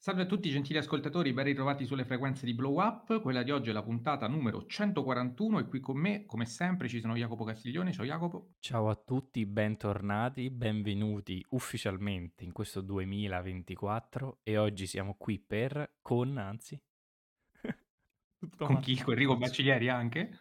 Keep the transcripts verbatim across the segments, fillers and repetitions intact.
Salve a tutti gentili ascoltatori, ben ritrovati sulle frequenze di Blow Up. Quella di oggi è la puntata numero centoquarantuno e qui con me, come sempre, ci sono Jacopo Castiglione. Ciao Jacopo. Ciao a tutti, bentornati, benvenuti ufficialmente in questo duemilaventiquattro e oggi siamo qui per, con, anzi, tutto Con male. chi? Con Enrico Mazzo, Bacciglieri anche?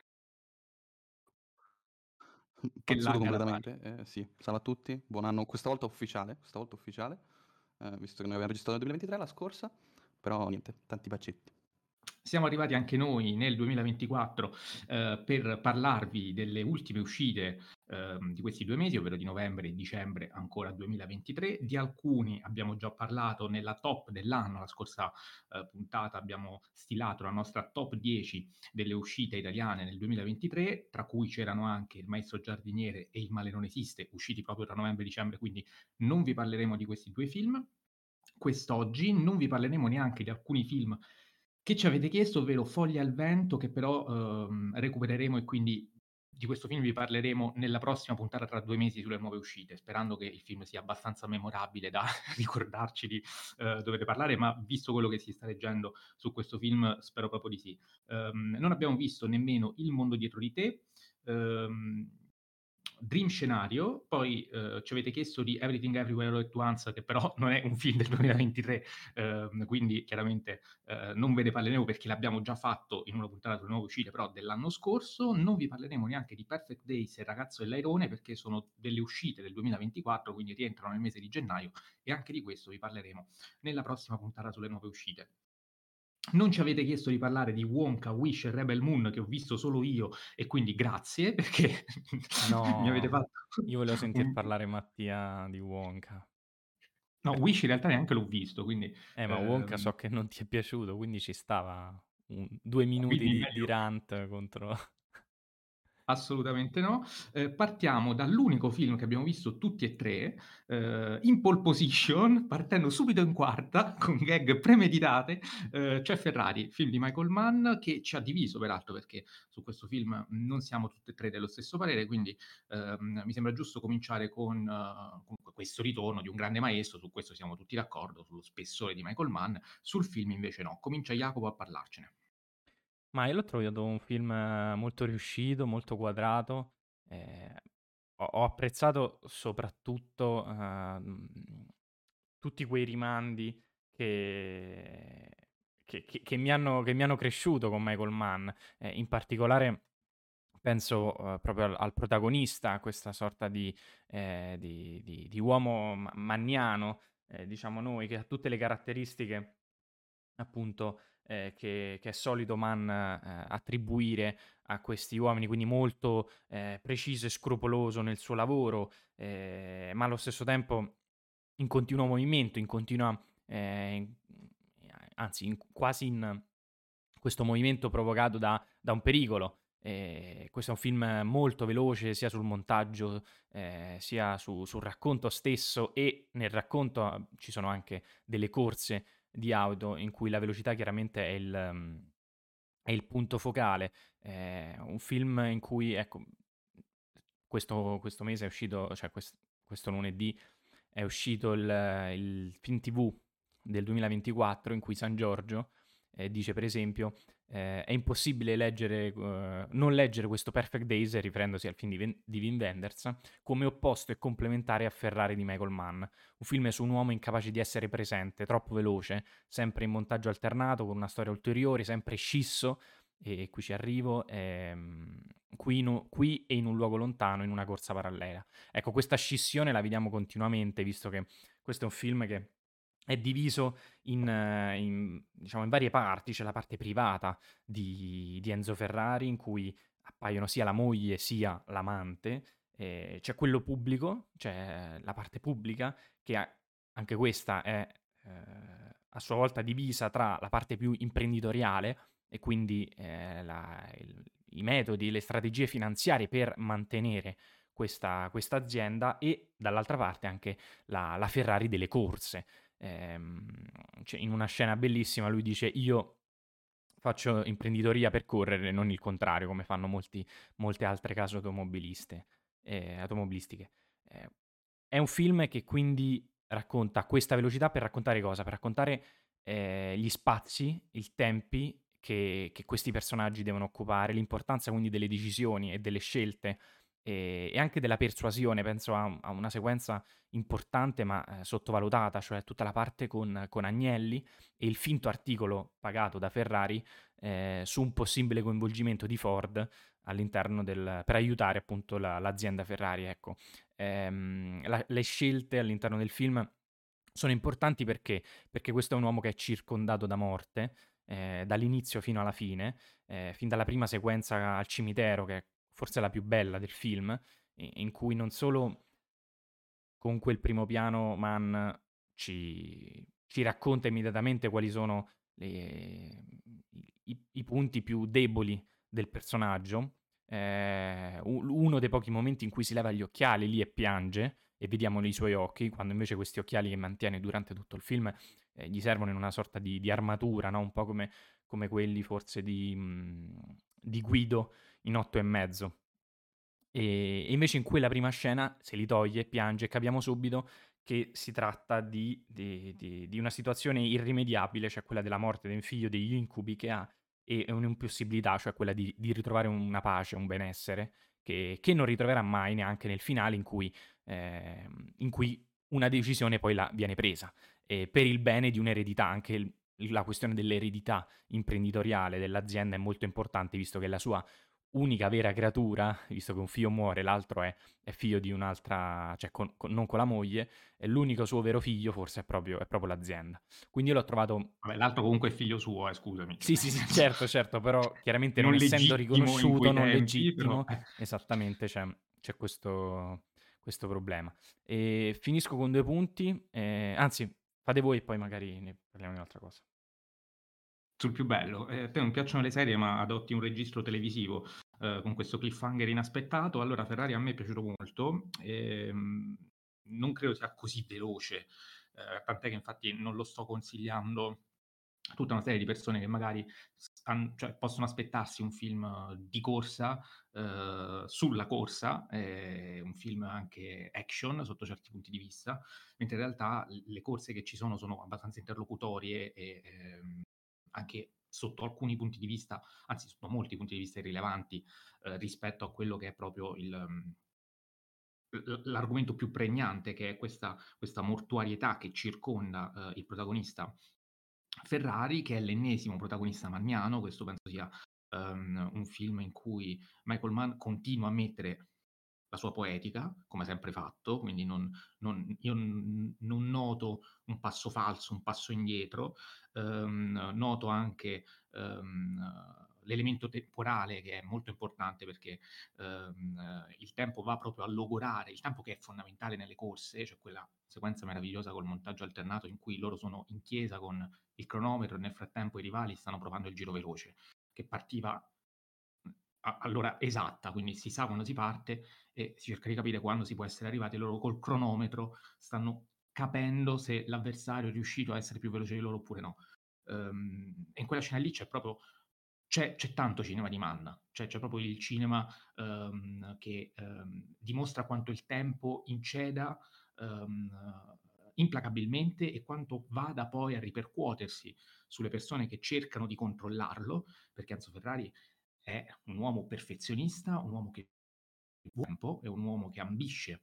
Che pazzuto lagga la mano. completamente, eh, sì. Salve a tutti, buon anno, questa volta ufficiale, questa volta ufficiale, eh, visto che noi abbiamo registrato nel duemilaventitré, la scorsa, però niente, tanti bacetti. Siamo arrivati anche noi nel duemilaventiquattro eh, per parlarvi delle ultime uscite ehm, di questi due mesi, ovvero di novembre e dicembre ancora duemilaventitré. Di alcuni abbiamo già parlato nella top dell'anno, la scorsa eh, puntata abbiamo stilato la nostra top dieci delle uscite italiane nel duemilaventitré, tra cui c'erano anche Il Maestro Giardiniere e Il Male non esiste, usciti proprio tra novembre e dicembre, quindi non vi parleremo di questi due film. Quest'oggi non vi parleremo neanche di alcuni film che ci avete chiesto, ovvero Foglie al vento, che però ehm, recupereremo e quindi di questo film vi parleremo nella prossima puntata tra due mesi sulle nuove uscite, sperando che il film sia abbastanza memorabile da ricordarci di eh, dovere parlare, ma visto quello che si sta leggendo su questo film, spero proprio di sì. Ehm, non abbiamo visto nemmeno Il mondo dietro di te, ehm, Dream Scenario, poi eh, ci avete chiesto di Everything Everywhere All at Once, che però non è un film del duemilaventitré, ehm, quindi chiaramente eh, non ve ne parleremo perché l'abbiamo già fatto in una puntata sulle nuove uscite, però dell'anno scorso. Non vi parleremo neanche di Perfect Days e Il ragazzo dell'airone perché sono delle uscite del duemilaventiquattro, quindi rientrano nel mese di gennaio e anche di questo vi parleremo nella prossima puntata sulle nuove uscite. Non ci avete chiesto di parlare di Wonka, Wish e Rebel Moon, che ho visto solo io, e quindi grazie, perché mi avete No, fatto io volevo sentir un... parlare Mattia di Wonka. No, Wish in realtà neanche l'ho visto, quindi... Eh, ma Wonka ehm, so che non ti è piaciuto, quindi ci stava un- due minuti quindi di, di meglio... rant contro... Assolutamente no. Eh, partiamo dall'unico film che abbiamo visto tutti e tre, eh, in pole position, partendo subito in quarta, con gag premeditate, eh, c'è Ferrari, film di Michael Mann, che ci ha diviso peraltro, perché su questo film non siamo tutti e tre dello stesso parere, quindi ehm, mi sembra giusto cominciare con eh, comunque questo ritorno di un grande maestro, su questo siamo tutti d'accordo, sullo spessore di Michael Mann, sul film invece no. Comincia Jacopo a parlarcene. Ma io l'ho trovato un film eh, molto riuscito, molto quadrato. eh, ho, ho apprezzato soprattutto ehm, tutti quei rimandi che, che- che- che mi hanno, che mi hanno cresciuto con Michael Mann. Eh, in particolare penso eh, proprio al, al protagonista, a questa sorta di, eh, di- di- di uomo ma- manniano, eh, diciamo noi, che ha tutte le caratteristiche appunto eh, che, che è solito Mann eh, attribuire a questi uomini, quindi molto eh, preciso e scrupoloso nel suo lavoro, eh, ma allo stesso tempo in continuo movimento, in continua, eh, in- anzi in- quasi in questo movimento provocato da, da un pericolo. Eh, questo è un film molto veloce sia sul montaggio eh, sia su- sul racconto stesso, e nel racconto eh, ci sono anche delle corse di auto in cui la velocità chiaramente è il, um, è il punto focale. È un film in cui, ecco, questo, questo mese è uscito, cioè quest- questo lunedì è uscito il, il film T V del duemilaventiquattro in cui San Giorgio eh, dice per esempio eh, è impossibile leggere, eh, non leggere questo Perfect Days, riferendosi al film di, Ven- di Wim Wenders, come opposto e complementare a Ferrari di Michael Mann. Un film su un uomo incapace di essere presente, troppo veloce, sempre in montaggio alternato, con una storia ulteriore, sempre scisso, e qui ci arrivo, ehm, qui, in qui e in un luogo lontano, in una corsa parallela. Ecco, questa scissione la vediamo continuamente, visto che questo è un film che è diviso in, eh, in, diciamo, in varie parti. C'è la parte privata di, di Enzo Ferrari, in cui appaiono sia la moglie sia l'amante. Eh, c'è quello pubblico, c'è la parte pubblica, che ha, anche questa è eh, a sua volta divisa tra la parte più imprenditoriale, e quindi eh, la, il, i metodi, le strategie finanziarie per mantenere questa, questa azienda, e dall'altra parte anche la, la Ferrari delle corse. Ehm, cioè, in una scena bellissima lui dice: io faccio imprenditoria per correre, non il contrario, come fanno molti, molte altre case automobiliste, eh, automobilistiche. Eh, è un film che quindi racconta a questa velocità per raccontare cosa? Per raccontare eh, gli spazi, i tempi che, che questi personaggi devono occupare, l'importanza quindi delle decisioni e delle scelte e, e anche della persuasione. Penso a, a una sequenza importante ma eh, sottovalutata, cioè tutta la parte con, con Agnelli e il finto articolo pagato da Ferrari eh, su un possibile coinvolgimento di Ford all'interno del, per aiutare appunto la- l'azienda Ferrari, ecco. Ehm, la- le scelte all'interno del film sono importanti perché, perché questo è un uomo che è circondato da morte, eh, dall'inizio fino alla fine, eh, fin dalla prima sequenza al cimitero, che è forse la più bella del film, i- in cui non solo con quel primo piano Mann ci, ci racconta immediatamente quali sono le- i, i punti più deboli del personaggio. Eh, u- uno dei pochi momenti in cui si leva gli occhiali lì e piange, e vediamo i suoi occhi, quando invece questi occhiali che mantiene durante tutto il film eh, gli servono in una sorta di, di armatura, no? Un po' come, come quelli forse di, mh, di Guido in otto e mezzo. E e invece in quella prima scena se li toglie, piange e capiamo subito che si tratta di, di- di- di una situazione irrimediabile, cioè quella della morte del figlio, degli incubi che ha e e un'impossibilità, cioè quella di, di ritrovare una pace, un benessere, che, che non ritroverà mai neanche nel finale in cui, ehm, in cui una decisione poi la, viene presa eh, per il bene di un'eredità. Anche il- la questione dell'eredità imprenditoriale dell'azienda è molto importante, visto che la sua unica vera creatura, visto che un figlio muore, l'altro è, è figlio di un'altra, cioè con- con- non con la moglie, e l'unico suo vero figlio forse è proprio, è proprio l'azienda. Quindi io l'ho trovato... Vabbè, l'altro comunque è figlio suo, eh, scusami, cioè, Sì, nel sì, sì, senso, certo, certo, però chiaramente non non essendo legittimo in riconosciuto, quei non tempi, però... legittimo, eh. esattamente c'è, c'è questo, questo problema. E finisco con due punti, eh, anzi, fate voi e poi magari ne parliamo di un'altra cosa. Sul più bello, eh, a te non piacciono le serie ma adotti un registro televisivo eh, con questo cliffhanger inaspettato, allora Ferrari a me è piaciuto molto, ehm, non credo sia così veloce, eh, tant'è che infatti non lo sto consigliando a tutta una serie di persone che magari stan- cioè, possono aspettarsi un film eh, di corsa, eh, sulla corsa, eh, un film anche action sotto certi punti di vista, mentre in realtà le corse che ci sono sono abbastanza interlocutorie e ehm, anche sotto alcuni punti di vista, anzi sotto molti punti di vista irrilevanti, eh, rispetto a quello che è proprio il, um, l- l'argomento più pregnante, che è questa, questa mortuarietà che circonda eh, il protagonista Ferrari, che è l'ennesimo protagonista manniano. Questo penso sia ehm, un film in cui Michael Mann continua a mettere la sua poetica, come ha sempre fatto, quindi non, non- io n- non noto un passo falso, un passo indietro, ehm, noto anche ehm, l'elemento temporale che è molto importante perché ehm, eh, il tempo va proprio a logorare, il tempo che è fondamentale nelle corse, cioè quella sequenza meravigliosa col montaggio alternato in cui loro sono in chiesa con il cronometro e nel frattempo i rivali stanno provando il giro veloce, che partiva a- all'ora esatta, quindi si sa quando si parte e si cerca di capire quando si può essere arrivati. Loro col cronometro stanno capendo se l'avversario è riuscito a essere più veloce di loro oppure no. Ehm, e in quella scena lì c'è proprio c'è, c'è tanto cinema di Manna, cioè c'è proprio il cinema ehm, che ehm, dimostra quanto il tempo inceda ehm, implacabilmente e quanto vada poi a ripercuotersi sulle persone che cercano di controllarlo, perché Enzo Ferrari è un uomo perfezionista, un uomo che vuole tempo, è un uomo che ambisce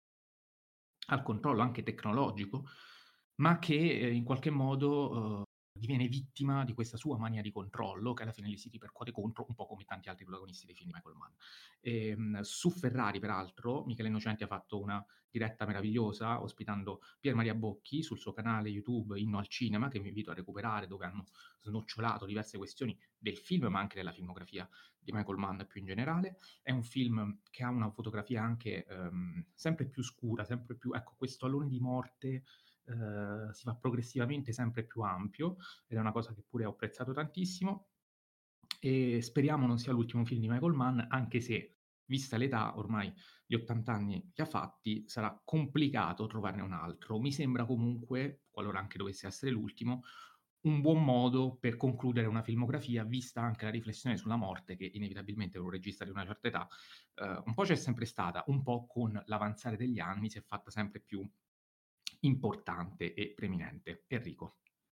al controllo anche tecnologico, ma che eh, in qualche modo eh, diviene vittima di questa sua mania di controllo, che alla fine gli si ripercuote contro, un po' come tanti altri protagonisti dei film di Michael Mann. Ehm, su Ferrari, peraltro, Michele Innocenti ha fatto una diretta meravigliosa ospitando Pier Maria Bocchi sul suo canale YouTube Inno al Cinema, che vi invito a recuperare, dove hanno snocciolato diverse questioni del film, ma anche della filmografia di Michael Mann più in generale. È un film che ha una fotografia anche ehm, sempre più scura, sempre più... Ecco, questo alone di morte eh, si va progressivamente sempre più ampio ed è una cosa che pure ho apprezzato tantissimo e speriamo non sia l'ultimo film di Michael Mann, anche se, vista l'età, ormai gli ottanta anni che ha fatti, sarà complicato trovarne un altro. Mi sembra comunque, qualora anche dovesse essere l'ultimo, un buon modo per concludere una filmografia, vista anche la riflessione sulla morte che inevitabilmente per un regista di una certa età eh, un po' c'è sempre stata, un po' con l'avanzare degli anni si è fatta sempre più importante e preminente. Enrico.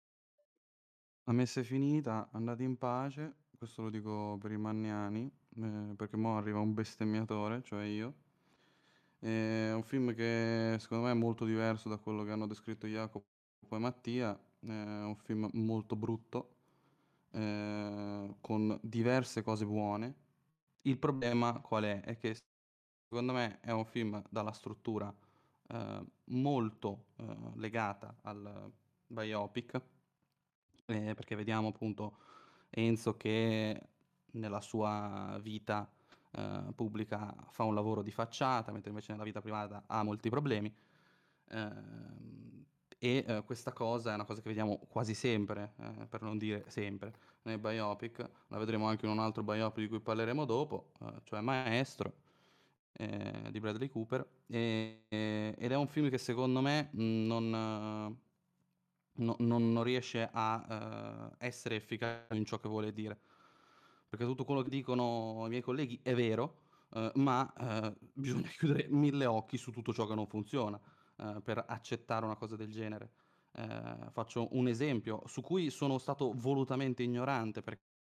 La messa è finita, andate in pace, questo lo dico per i manniani, eh, perché mo arriva un bestemmiatore, cioè io. È un film che secondo me è molto diverso da quello che hanno descritto Jacopo e Mattia, è un film molto brutto, eh, con diverse cose buone. Il problema qual è? È che secondo me è un film dalla struttura eh, molto eh, legata al biopic, eh, perché vediamo appunto Enzo che nella sua vita eh, pubblica fa un lavoro di facciata, mentre invece nella vita privata ha molti problemi. Ehm, e eh, questa cosa è una cosa che vediamo quasi sempre, eh, per non dire sempre, nei biopic. La vedremo anche in un altro biopic di cui parleremo dopo, eh, cioè Maestro, eh, di Bradley Cooper. E- e- ed è un film che secondo me mh, non, eh, no- non, non riesce a eh, essere efficace in ciò che vuole dire. Perché tutto quello che dicono i miei colleghi è vero, eh, ma eh, bisogna chiudere mille occhi su tutto ciò che non funziona eh, per accettare una cosa del genere. Eh, faccio un esempio su cui sono stato volutamente ignorante perché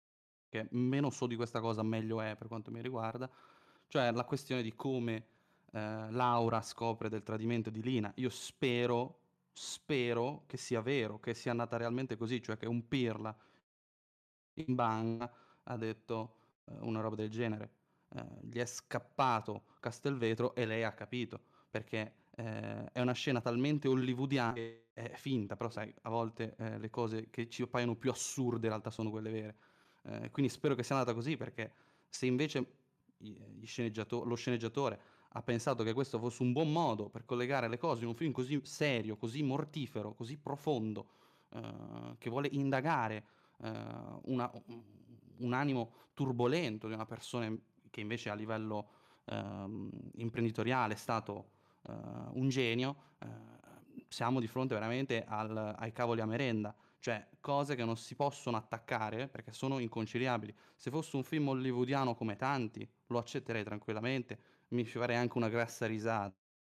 meno so di questa cosa meglio è per quanto mi riguarda, cioè la questione di come eh, Laura scopre del tradimento di Lina. Io spero, spero che sia vero, che sia andata realmente così, cioè che un pirla in banca ha detto eh, una roba del genere. Eh, gli è scappato Castelvetro e lei ha capito, perché eh, è una scena talmente hollywoodiana che è finta, però sai, a volte eh, le cose che ci appaiono più assurde in realtà sono quelle vere. Eh, quindi spero che sia andata così, perché se invece gli sceneggiato- lo sceneggiatore ha pensato che questo fosse un buon modo per collegare le cose in un film così serio, così mortifero, così profondo, eh, che vuole indagare eh, una- un animo turbolento di una persona che invece a livello ehm, imprenditoriale è stato eh, un genio, eh, siamo di fronte veramente al- ai cavoli a merenda, cioè cose che non si possono attaccare perché sono inconciliabili. Se fosse un film hollywoodiano come tanti, lo accetterei tranquillamente, mi farei anche una grassa risata.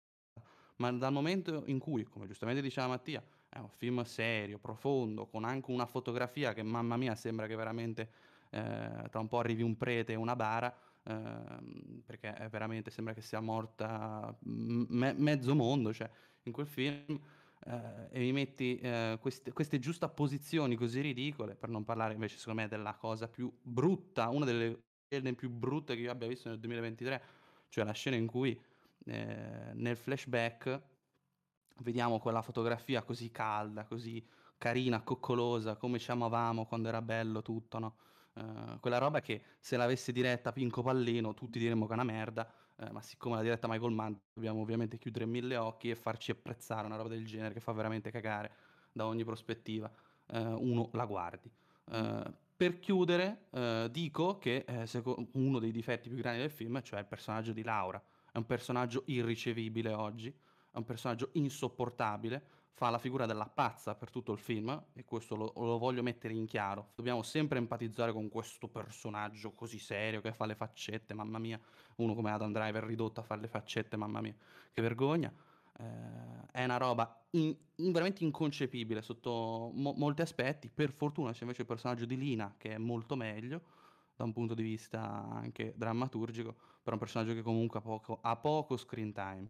Ma dal momento in cui, come giustamente diceva Mattia, è un film serio, profondo, con anche una fotografia che, mamma mia, sembra che veramente eh, tra un po' arrivi un prete e una bara, ehm, perché è veramente sembra che sia morta me- mezzo mondo, cioè, in quel film, eh, e mi metti eh, queste, queste giustapposizioni così ridicole, per non parlare invece, secondo me, della cosa più brutta, una delle scene più brutte che io abbia visto nel duemilaventitré, cioè la scena in cui eh, nel flashback vediamo quella fotografia così calda, così carina, coccolosa, come ci amavamo quando era bello tutto, no? Eh, quella roba che se l'avesse diretta Pinco Pallino tutti diremmo che è una merda, eh, ma siccome l'ha diretta Michael Mann dobbiamo ovviamente chiudere mille occhi e farci apprezzare una roba del genere che fa veramente cagare da ogni prospettiva. Eh, uno la guardi. Eh, per chiudere, eh, dico che eh, seco- uno dei difetti più grandi del film, cioè il personaggio di Laura, è un personaggio irricevibile oggi, è un personaggio insopportabile, fa la figura della pazza per tutto il film e questo lo, lo voglio mettere in chiaro. Dobbiamo sempre empatizzare con questo personaggio così serio che fa le faccette, mamma mia, uno come Adam Driver ridotto a fare le faccette, mamma mia, che vergogna. Eh, è una roba in- in- veramente inconcepibile sotto mo- molti aspetti. Per fortuna c'è invece il personaggio di Lina che è molto meglio da un punto di vista anche drammaturgico, però è un personaggio che comunque ha poco, ha poco screen time.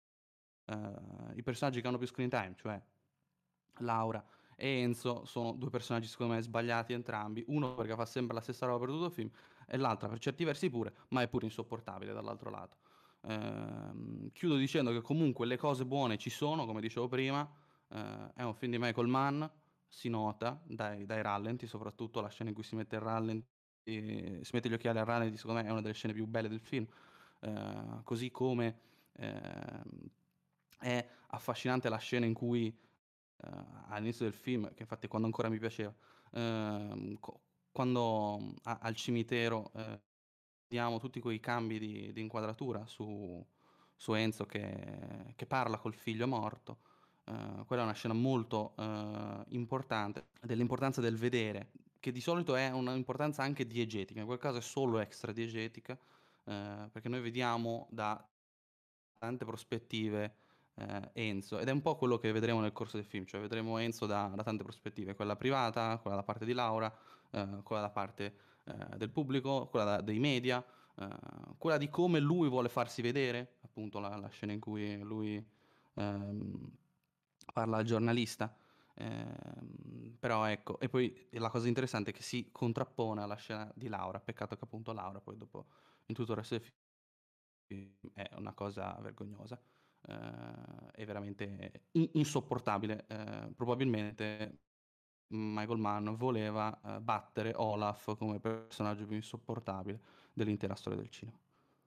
Eh, I personaggi che hanno più screen time, cioè Laura e Enzo, sono due personaggi secondo me sbagliati entrambi, uno perché fa sempre la stessa roba per tutto il film e l'altra per certi versi pure, ma è pure insopportabile dall'altro lato. Ehm, chiudo dicendo che comunque le cose buone ci sono, come dicevo prima, eh, è un film di Michael Mann, si nota dai, dai rallenti, soprattutto la scena in cui si mette il rallenti, si mette gli occhiali al rallenti, secondo me è una delle scene più belle del film. Eh, così come ehm, è affascinante la scena in cui eh, all'inizio del film, che infatti quando ancora mi piaceva, ehm, co- quando mm, a- al cimitero eh, vediamo tutti quei cambi di, di inquadratura su, su Enzo che, che parla col figlio morto. Eh, quella è una scena molto eh, importante, dell'importanza del vedere, che di solito è un'importanza anche diegetica, in quel caso è solo extra diegetica, eh, perché noi vediamo da tante prospettive eh, Enzo, ed è un po' quello che vedremo nel corso del film, cioè vedremo Enzo da, da tante prospettive, quella privata, quella da parte di Laura, eh, quella da parte eh, del pubblico, quella da- dei media, eh, quella di come lui vuole farsi vedere, appunto la, la scena in cui lui ehm, parla al giornalista. Ehm, però ecco, e poi la cosa interessante è che si contrappone alla scena di Laura, peccato che appunto Laura poi dopo in tutto il resto del film è una cosa vergognosa, eh, è veramente in- insopportabile. Eh, probabilmente Michael Mann voleva eh, battere Olaf come personaggio più insopportabile dell'intera storia del cinema.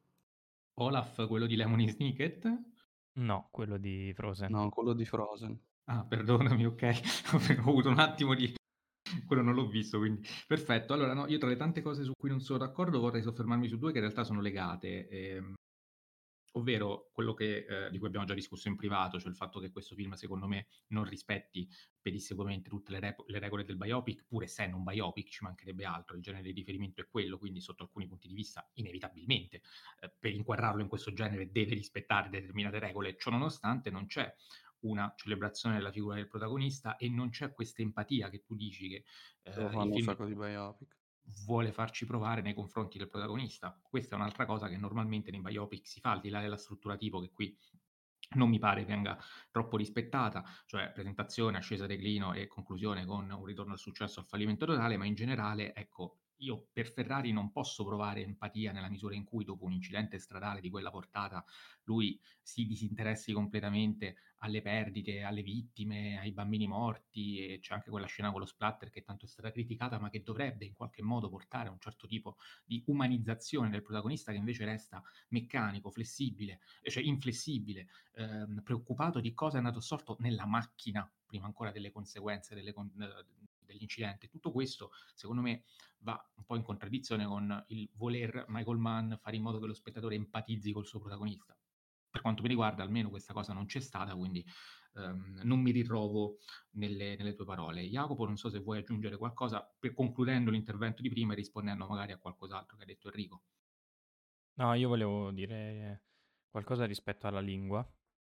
Olaf, quello di Lemony Snicket? No, quello di Frozen. No, quello di Frozen. Ah, perdonami, ok. Ho avuto un attimo di... Quello non l'ho visto, quindi perfetto. Allora, no, io tra le tante cose su cui non sono d'accordo vorrei soffermarmi su due che in realtà sono legate. Ehm, ovvero quello che, eh, di cui abbiamo già discusso in privato, cioè il fatto che questo film secondo me non rispetti pedissequamente tutte le, rep- le regole del biopic, pur essendo un biopic ci mancherebbe altro, il genere di riferimento è quello, quindi sotto alcuni punti di vista inevitabilmente eh, per inquadrarlo in questo genere deve rispettare determinate regole, ciò nonostante non c'è una celebrazione della figura del protagonista e non c'è questa empatia che tu dici che Lo eh, il fanno un film sacco di biopic. vuole farci provare nei confronti del protagonista. Questa è un'altra cosa che normalmente nei biopic si fa, al di là della struttura tipo che qui non mi pare venga troppo rispettata, cioè presentazione, ascesa, declino e conclusione con un ritorno al successo, al fallimento totale, ma in generale, ecco, io per Ferrari non posso provare empatia nella misura in cui dopo un incidente stradale di quella portata lui si disinteressi completamente alle perdite, alle vittime, ai bambini morti e c'è anche quella scena con lo splatter che tanto è stata criticata ma che dovrebbe in qualche modo portare a un certo tipo di umanizzazione del protagonista che invece resta meccanico, flessibile, cioè inflessibile, ehm, preoccupato di cosa è andato storto nella macchina prima ancora delle conseguenze delle con- eh, dell'incidente. Tutto questo, secondo me, va un po' in contraddizione con il voler Michael Mann fare in modo che lo spettatore empatizzi col suo protagonista. Per quanto mi riguarda, almeno questa cosa non c'è stata, quindi ehm, non mi ritrovo nelle, nelle tue parole. Jacopo, non so se vuoi aggiungere qualcosa per, concludendo l'intervento di prima e rispondendo magari a qualcos'altro che ha detto Enrico. No, io volevo dire qualcosa rispetto alla lingua,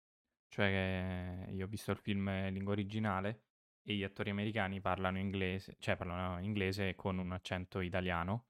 cioè che io ho visto il film in lingua originale e gli attori americani parlano inglese, cioè parlano inglese con un accento italiano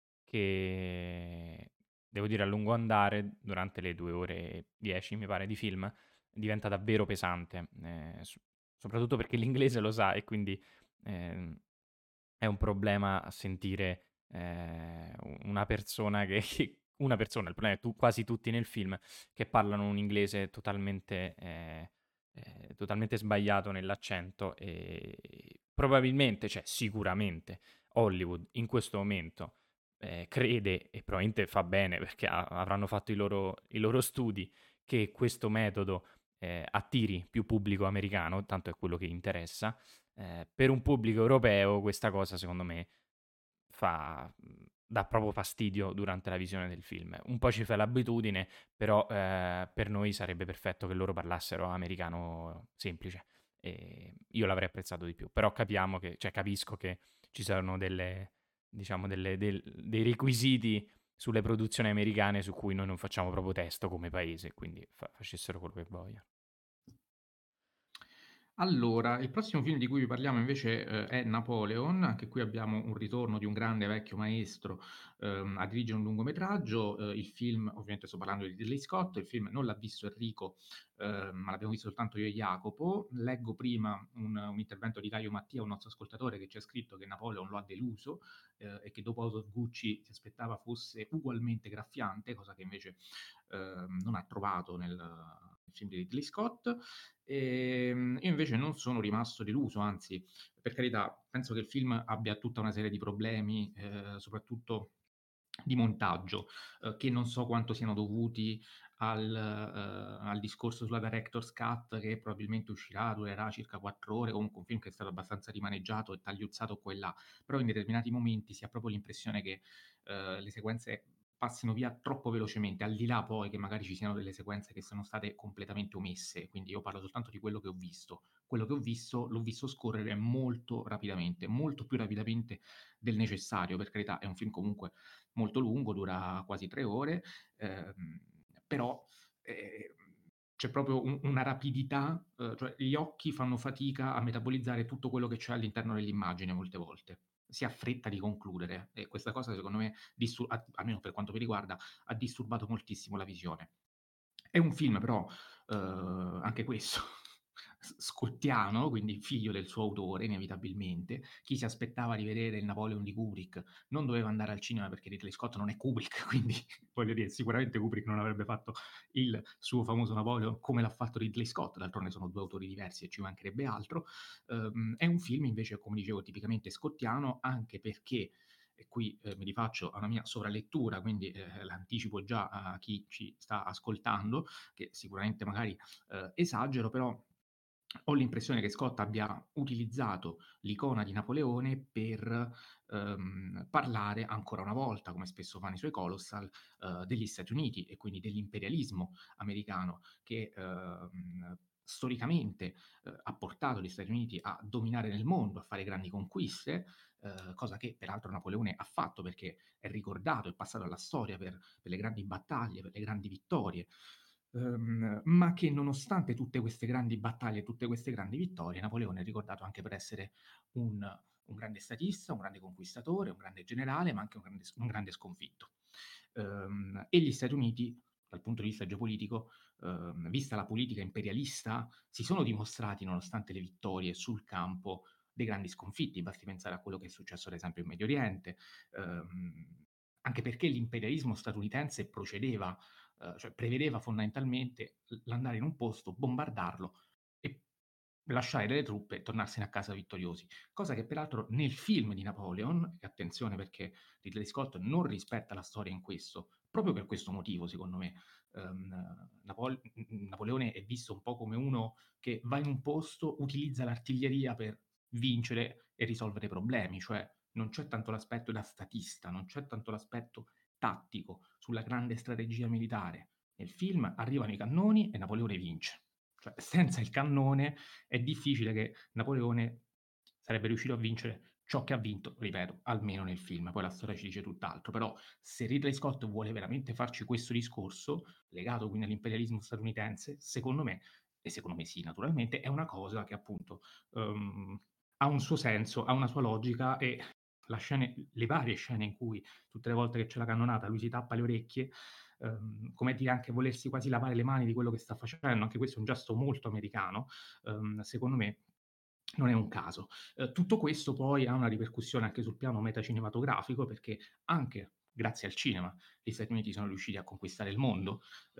che, devo dire, a lungo andare, durante le due ore e dieci, mi pare, di film, diventa davvero pesante, eh, so- soprattutto perché l'inglese lo sa e quindi ehm, è un problema sentire eh, una persona che, che- una persona, il problema è tu, quasi tutti nel film, che parlano un inglese totalmente, eh, eh, totalmente sbagliato nell'accento e probabilmente, cioè sicuramente, Hollywood in questo momento eh, crede, e probabilmente fa bene perché ha- avranno fatto i loro, i loro studi, che questo metodo eh, attiri più pubblico americano, tanto è quello che interessa. Eh, per un pubblico europeo questa cosa secondo me fa, dà proprio fastidio durante la visione del film. Un po' ci fa l'abitudine, però eh, per noi sarebbe perfetto che loro parlassero americano semplice. E io l'avrei apprezzato di più, però capiamo che, cioè, capisco che ci saranno delle, diciamo, delle, del- dei requisiti sulle produzioni americane su cui noi non facciamo proprio testo come paese, quindi fa- facessero quello che vogliono. Allora, il prossimo film di cui vi parliamo invece eh, è Napoleon, anche qui abbiamo un ritorno di un grande vecchio maestro ehm, a dirigere un lungometraggio, eh, il film, ovviamente sto parlando di Ridley Scott, il film non l'ha visto Enrico, eh, ma l'abbiamo visto soltanto io e Jacopo, leggo prima un, un intervento di Caio Mattia, un nostro ascoltatore, che ci ha scritto che Napoleon lo ha deluso eh, e che dopo House of Gucci si aspettava fosse ugualmente graffiante, cosa che invece ehm, non ha trovato nel, nel film di Ridley Scott. E, io invece non sono rimasto deluso, anzi, per carità, penso che il film abbia tutta una serie di problemi, eh, soprattutto di montaggio, eh, che non so quanto siano dovuti al, eh, al discorso sulla Director's Cut, che probabilmente uscirà, durerà circa quattro ore, comunque un film che è stato abbastanza rimaneggiato e tagliuzzato qua e là, però in determinati momenti si ha proprio l'impressione che eh, le sequenze passino via troppo velocemente, al di là poi che magari ci siano delle sequenze che sono state completamente omesse, quindi io parlo soltanto di quello che ho visto. Quello che ho visto l'ho visto scorrere molto rapidamente, molto più rapidamente del necessario, per carità, è un film comunque molto lungo, dura quasi tre ore, ehm, però eh, c'è proprio un una rapidità, uhm, cioè gli occhi fanno fatica a metabolizzare tutto quello che c'è all'interno dell'immagine molte volte. Si ha fretta di concludere e questa cosa secondo me distur a almeno per quanto mi riguarda, ha disturbato moltissimo la visione. È un film però, uhm, anche questo s scottiano, quindi figlio del suo autore inevitabilmente. Chi si aspettava di vedere il Napoleon di Kubrick non doveva andare al cinema perché Ridley Scott non è Kubrick, quindi voglio dire, sicuramente Kubrick non avrebbe fatto il suo famoso Napoleon come l'ha fatto Ridley Scott, d'altronde sono due autori diversi e ci mancherebbe altro. Uhm, è un film invece, come dicevo, tipicamente scottiano, anche perché e qui, ehm, mi rifaccio a una mia sovralettura, quindi, ehm, l'anticipo già a chi ci sta ascoltando, che sicuramente magari, ehm, esagero, però ho l'impressione che Scott abbia utilizzato l'icona di Napoleone per, ehm, parlare ancora una volta, come spesso fa nei suoi colossal, ehm, degli Stati Uniti e quindi dell'imperialismo americano che, ehm, storicamente, ehm, ha portato gli Stati Uniti a dominare nel mondo, a fare grandi conquiste, ehm, cosa che peraltro Napoleone ha fatto perché è ricordato, è passato alla storia per per le grandi battaglie, per le grandi vittorie. Ehm, ma che nonostante tutte queste grandi battaglie, tutte queste grandi vittorie, Napoleone è ricordato anche per essere un un grande statista, un grande conquistatore, un grande generale, ma anche un grande s un grande sconfitto. Ehm, e gli Stati Uniti, dal punto di vista geopolitico, ehm, vista la politica imperialista, si sono dimostrati, nonostante le vittorie sul campo, dei grandi sconfitti. Basti pensare a quello che è successo ad esempio in Medio Oriente, ehm, anche perché l'imperialismo statunitense procedeva Uhm, cioè prevedeva fondamentalmente l l'andare in un posto, bombardarlo e lasciare delle truppe e tornarsene a casa vittoriosi. Cosa che peraltro nel film di Napoleon, e attenzione perché Ridley Scott non rispetta la storia in questo, proprio per questo motivo secondo me, uhm, Napol mhmm, Napoleone è visto un po' come uno che va in un posto, utilizza l'artiglieria per vincere e risolvere problemi, cioè non c'è tanto l'aspetto da statista, non c'è tanto l'aspetto tattico, sulla grande strategia militare. Nel film arrivano i cannoni e Napoleone vince. Cioè, senza il cannone è difficile che Napoleone sarebbe riuscito a vincere ciò che ha vinto, ripeto, almeno nel film. Poi la storia ci dice tutt'altro. Però se Ridley Scott vuole veramente farci questo discorso, legato quindi all'imperialismo statunitense, secondo me, e secondo me sì, naturalmente, è una cosa che appunto um, ha un suo senso, ha una sua logica e la scene, le varie scene in cui tutte le volte che c'è la cannonata lui si tappa le orecchie, ehm, come dire anche volersi quasi lavare le mani di quello che sta facendo, anche questo è un gesto molto americano, ehm, secondo me non è un caso. Ehm, tutto questo poi ha una ripercussione anche sul piano metacinematografico, perché anche grazie al cinema gli Stati Uniti sono riusciti a conquistare il mondo,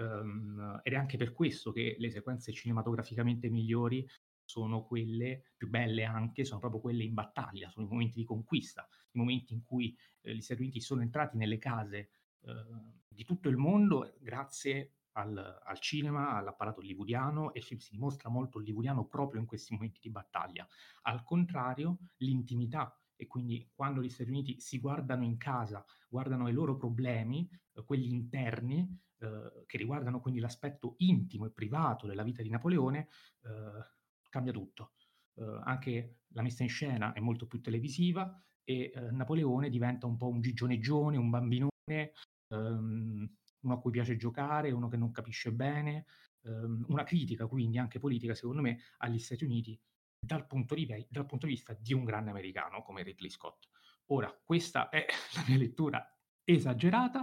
ehm, ed è anche per questo che le sequenze cinematograficamente migliori sono quelle più belle anche, sono proprio quelle in battaglia, sono i momenti di conquista, i momenti in cui, ehm, gli Stati Uniti sono entrati nelle case, ehm, di tutto il mondo grazie al al cinema, all'apparato hollywoodiano e il film si dimostra molto hollywoodiano proprio in questi momenti di battaglia. Al contrario, l'intimità e quindi quando gli Stati Uniti si guardano in casa, guardano ai loro problemi, ehm, quelli interni, ehm, che riguardano quindi l'aspetto intimo e privato della vita di Napoleone, ehm, cambia tutto. Ehm, anche la messa in scena è molto più televisiva e, ehm, Napoleone diventa un po' un gigioneggione, un bambinone, ehm, uno a cui piace giocare, uno che non capisce bene, ehm, una critica quindi anche politica secondo me agli Stati Uniti dal punto di ve dal punto di vista di un grande americano come Ridley Scott. Ora, questa è la mia lettura esagerata,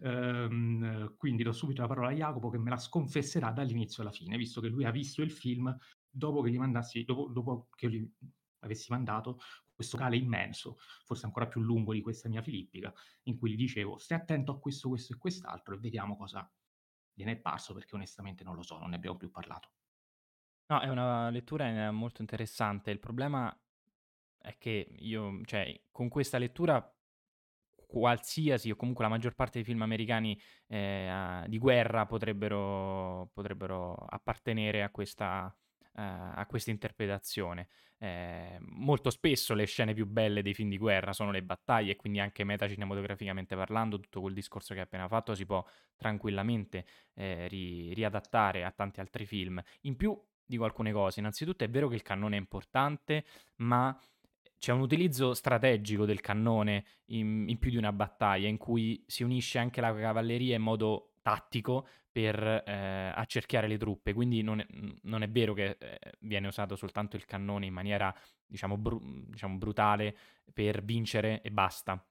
ehm, quindi do subito la parola a Jacopo che me la sconfesserà dall'inizio alla fine, visto che lui ha visto il film dopo che gli mandassi dopo dopo che io gli avessi mandato questo cale immenso, forse ancora più lungo di questa mia filippica, in cui gli dicevo: "Stai attento a questo, questo e quest'altro e vediamo cosa gliene è parso", perché onestamente non lo so, non ne abbiamo più parlato. No, è una lettura, ehm, molto interessante. Il problema è che io cioè, con questa lettura qualsiasi o comunque la maggior parte dei film americani, ehm, a di guerra potrebbero potrebbero appartenere a questa ehm, a questa interpretazione. Ehm, molto spesso le scene più belle dei film di guerra sono le battaglie e quindi anche metacinematograficamente parlando, tutto quel discorso che hai appena fatto si può tranquillamente, ehm, ri riadattare a tanti altri film. In più dico alcune cose: innanzitutto è vero che il cannone è importante, ma c'è un utilizzo strategico del cannone in in più di una battaglia, in cui si unisce anche la cavalleria in modo tattico per eh, accerchiare le truppe, quindi non è, non è vero che eh, viene usato soltanto il cannone in maniera, diciamo, bru- diciamo, brutale per vincere e basta.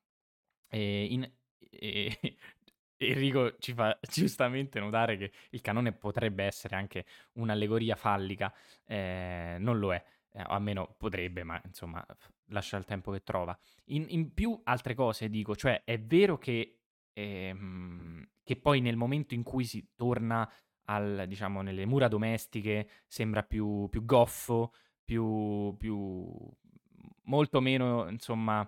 E in- e- Enrico ci fa giustamente notare che il cannone potrebbe essere anche un'allegoria fallica, eh, non lo è, eh, o almeno potrebbe, ma insomma f- lascia il tempo che trova. In, in più altre cose dico, cioè è vero che, ehm, che poi nel momento in cui si torna al, diciamo, nelle mura domestiche sembra più, più goffo, più, più molto meno, insomma,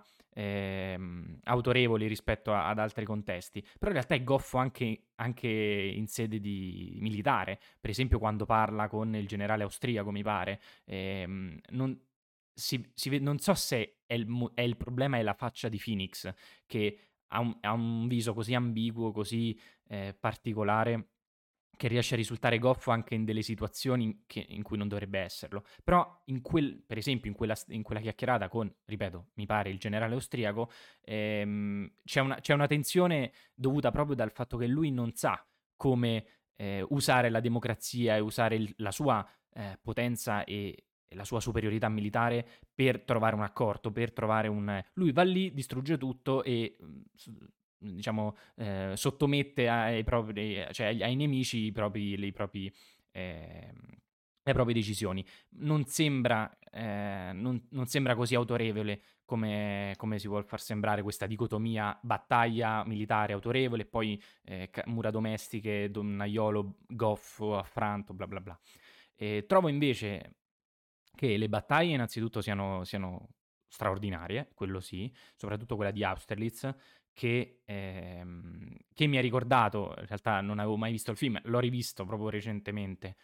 ehm, autorevoli rispetto a- ad altri contesti, però in realtà è goffo anche, anche in sede di militare, per esempio quando parla con il generale austriaco, mi pare, ehm, non, si, si ve- non so se è il, mo- è il problema è la faccia di Phoenix, che ha un, ha un viso così ambiguo, così eh, particolare, che riesce a risultare goffo anche in delle situazioni che- in cui non dovrebbe esserlo. Però, in quel, per esempio, in quella, in quella chiacchierata con, ripeto, mi pare il generale austriaco, ehm, c'è, una, c'è una tensione dovuta proprio dal fatto che lui non sa come eh, usare la democrazia e usare il- la sua eh, potenza e, e la sua superiorità militare per trovare un accordo, per trovare un... Lui va lì, distrugge tutto e, mm, s- diciamo, eh, sottomette ai, propri, cioè ai, ai nemici i propri, i propri, eh, le proprie decisioni. Non sembra, eh, non, non sembra così autorevole come, come si vuol far sembrare questa dicotomia battaglia militare autorevole e poi eh, ca- mura domestiche, donnaiolo, goffo, affranto, bla bla bla. E trovo invece che le battaglie innanzitutto siano, siano straordinarie, quello sì, soprattutto quella di Austerlitz, che, ehm, che mi ha ricordato, in realtà non avevo mai visto il film, l'ho rivisto proprio recentemente,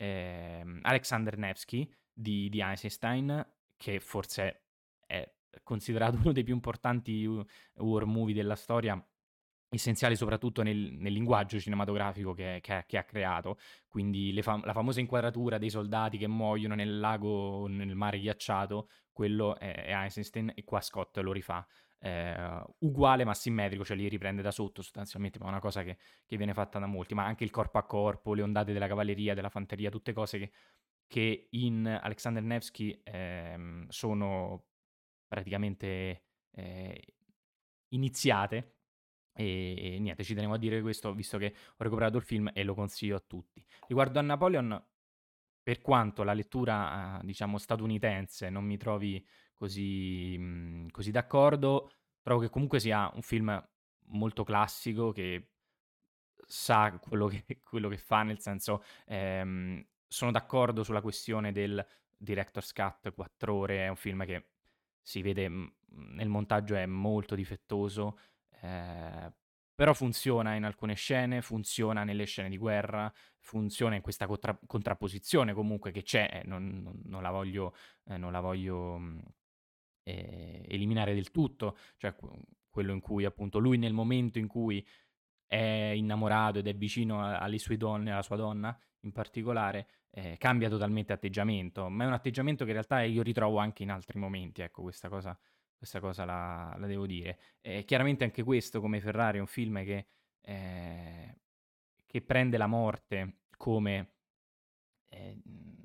ehm, Alexander Nevsky di, di Eisenstein, che forse è considerato uno dei più importanti uh, war movie della storia, essenziali soprattutto nel, nel linguaggio cinematografico che, che ha, che ha creato, quindi le fam- la famosa inquadratura dei soldati che muoiono nel lago, nel mare ghiacciato, quello è, è Eisenstein e qua Scott lo rifà. Eh, uguale ma simmetrico, cioè li riprende da sotto sostanzialmente, ma è una cosa che, che viene fatta da molti, ma anche il corpo a corpo, le ondate della cavalleria, della fanteria, tutte cose che, che in Alexander Nevsky ehm, sono praticamente eh, iniziate. E, e niente, ci tenevo a dire questo, visto che ho recuperato il film e lo consiglio a tutti. Riguardo a Napoleon, per quanto la lettura, eh, diciamo, statunitense non mi trovi così, mh, così d'accordo, trovo che comunque sia un film molto classico che sa quello che, quello che fa, nel senso, ehm, sono d'accordo sulla questione del director's cut, quattro ore, è un film che si vede mh, nel montaggio è molto difettoso, eh, però funziona in alcune scene, funziona nelle scene di guerra, funziona in questa contra- contrapposizione comunque che c'è, eh, non, non- non la voglio, eh, non la voglio mh, eh, eliminare del tutto, cioè que- quello in cui appunto lui nel momento in cui è innamorato ed è vicino a- alle sue donne, alla sua donna in particolare, eh, cambia totalmente atteggiamento, ma è un atteggiamento che in realtà io ritrovo anche in altri momenti, ecco, questa cosa, questa cosa la, la devo dire. Eh, chiaramente anche questo, come Ferrari, è un film che, eh, che prende la morte come... eh,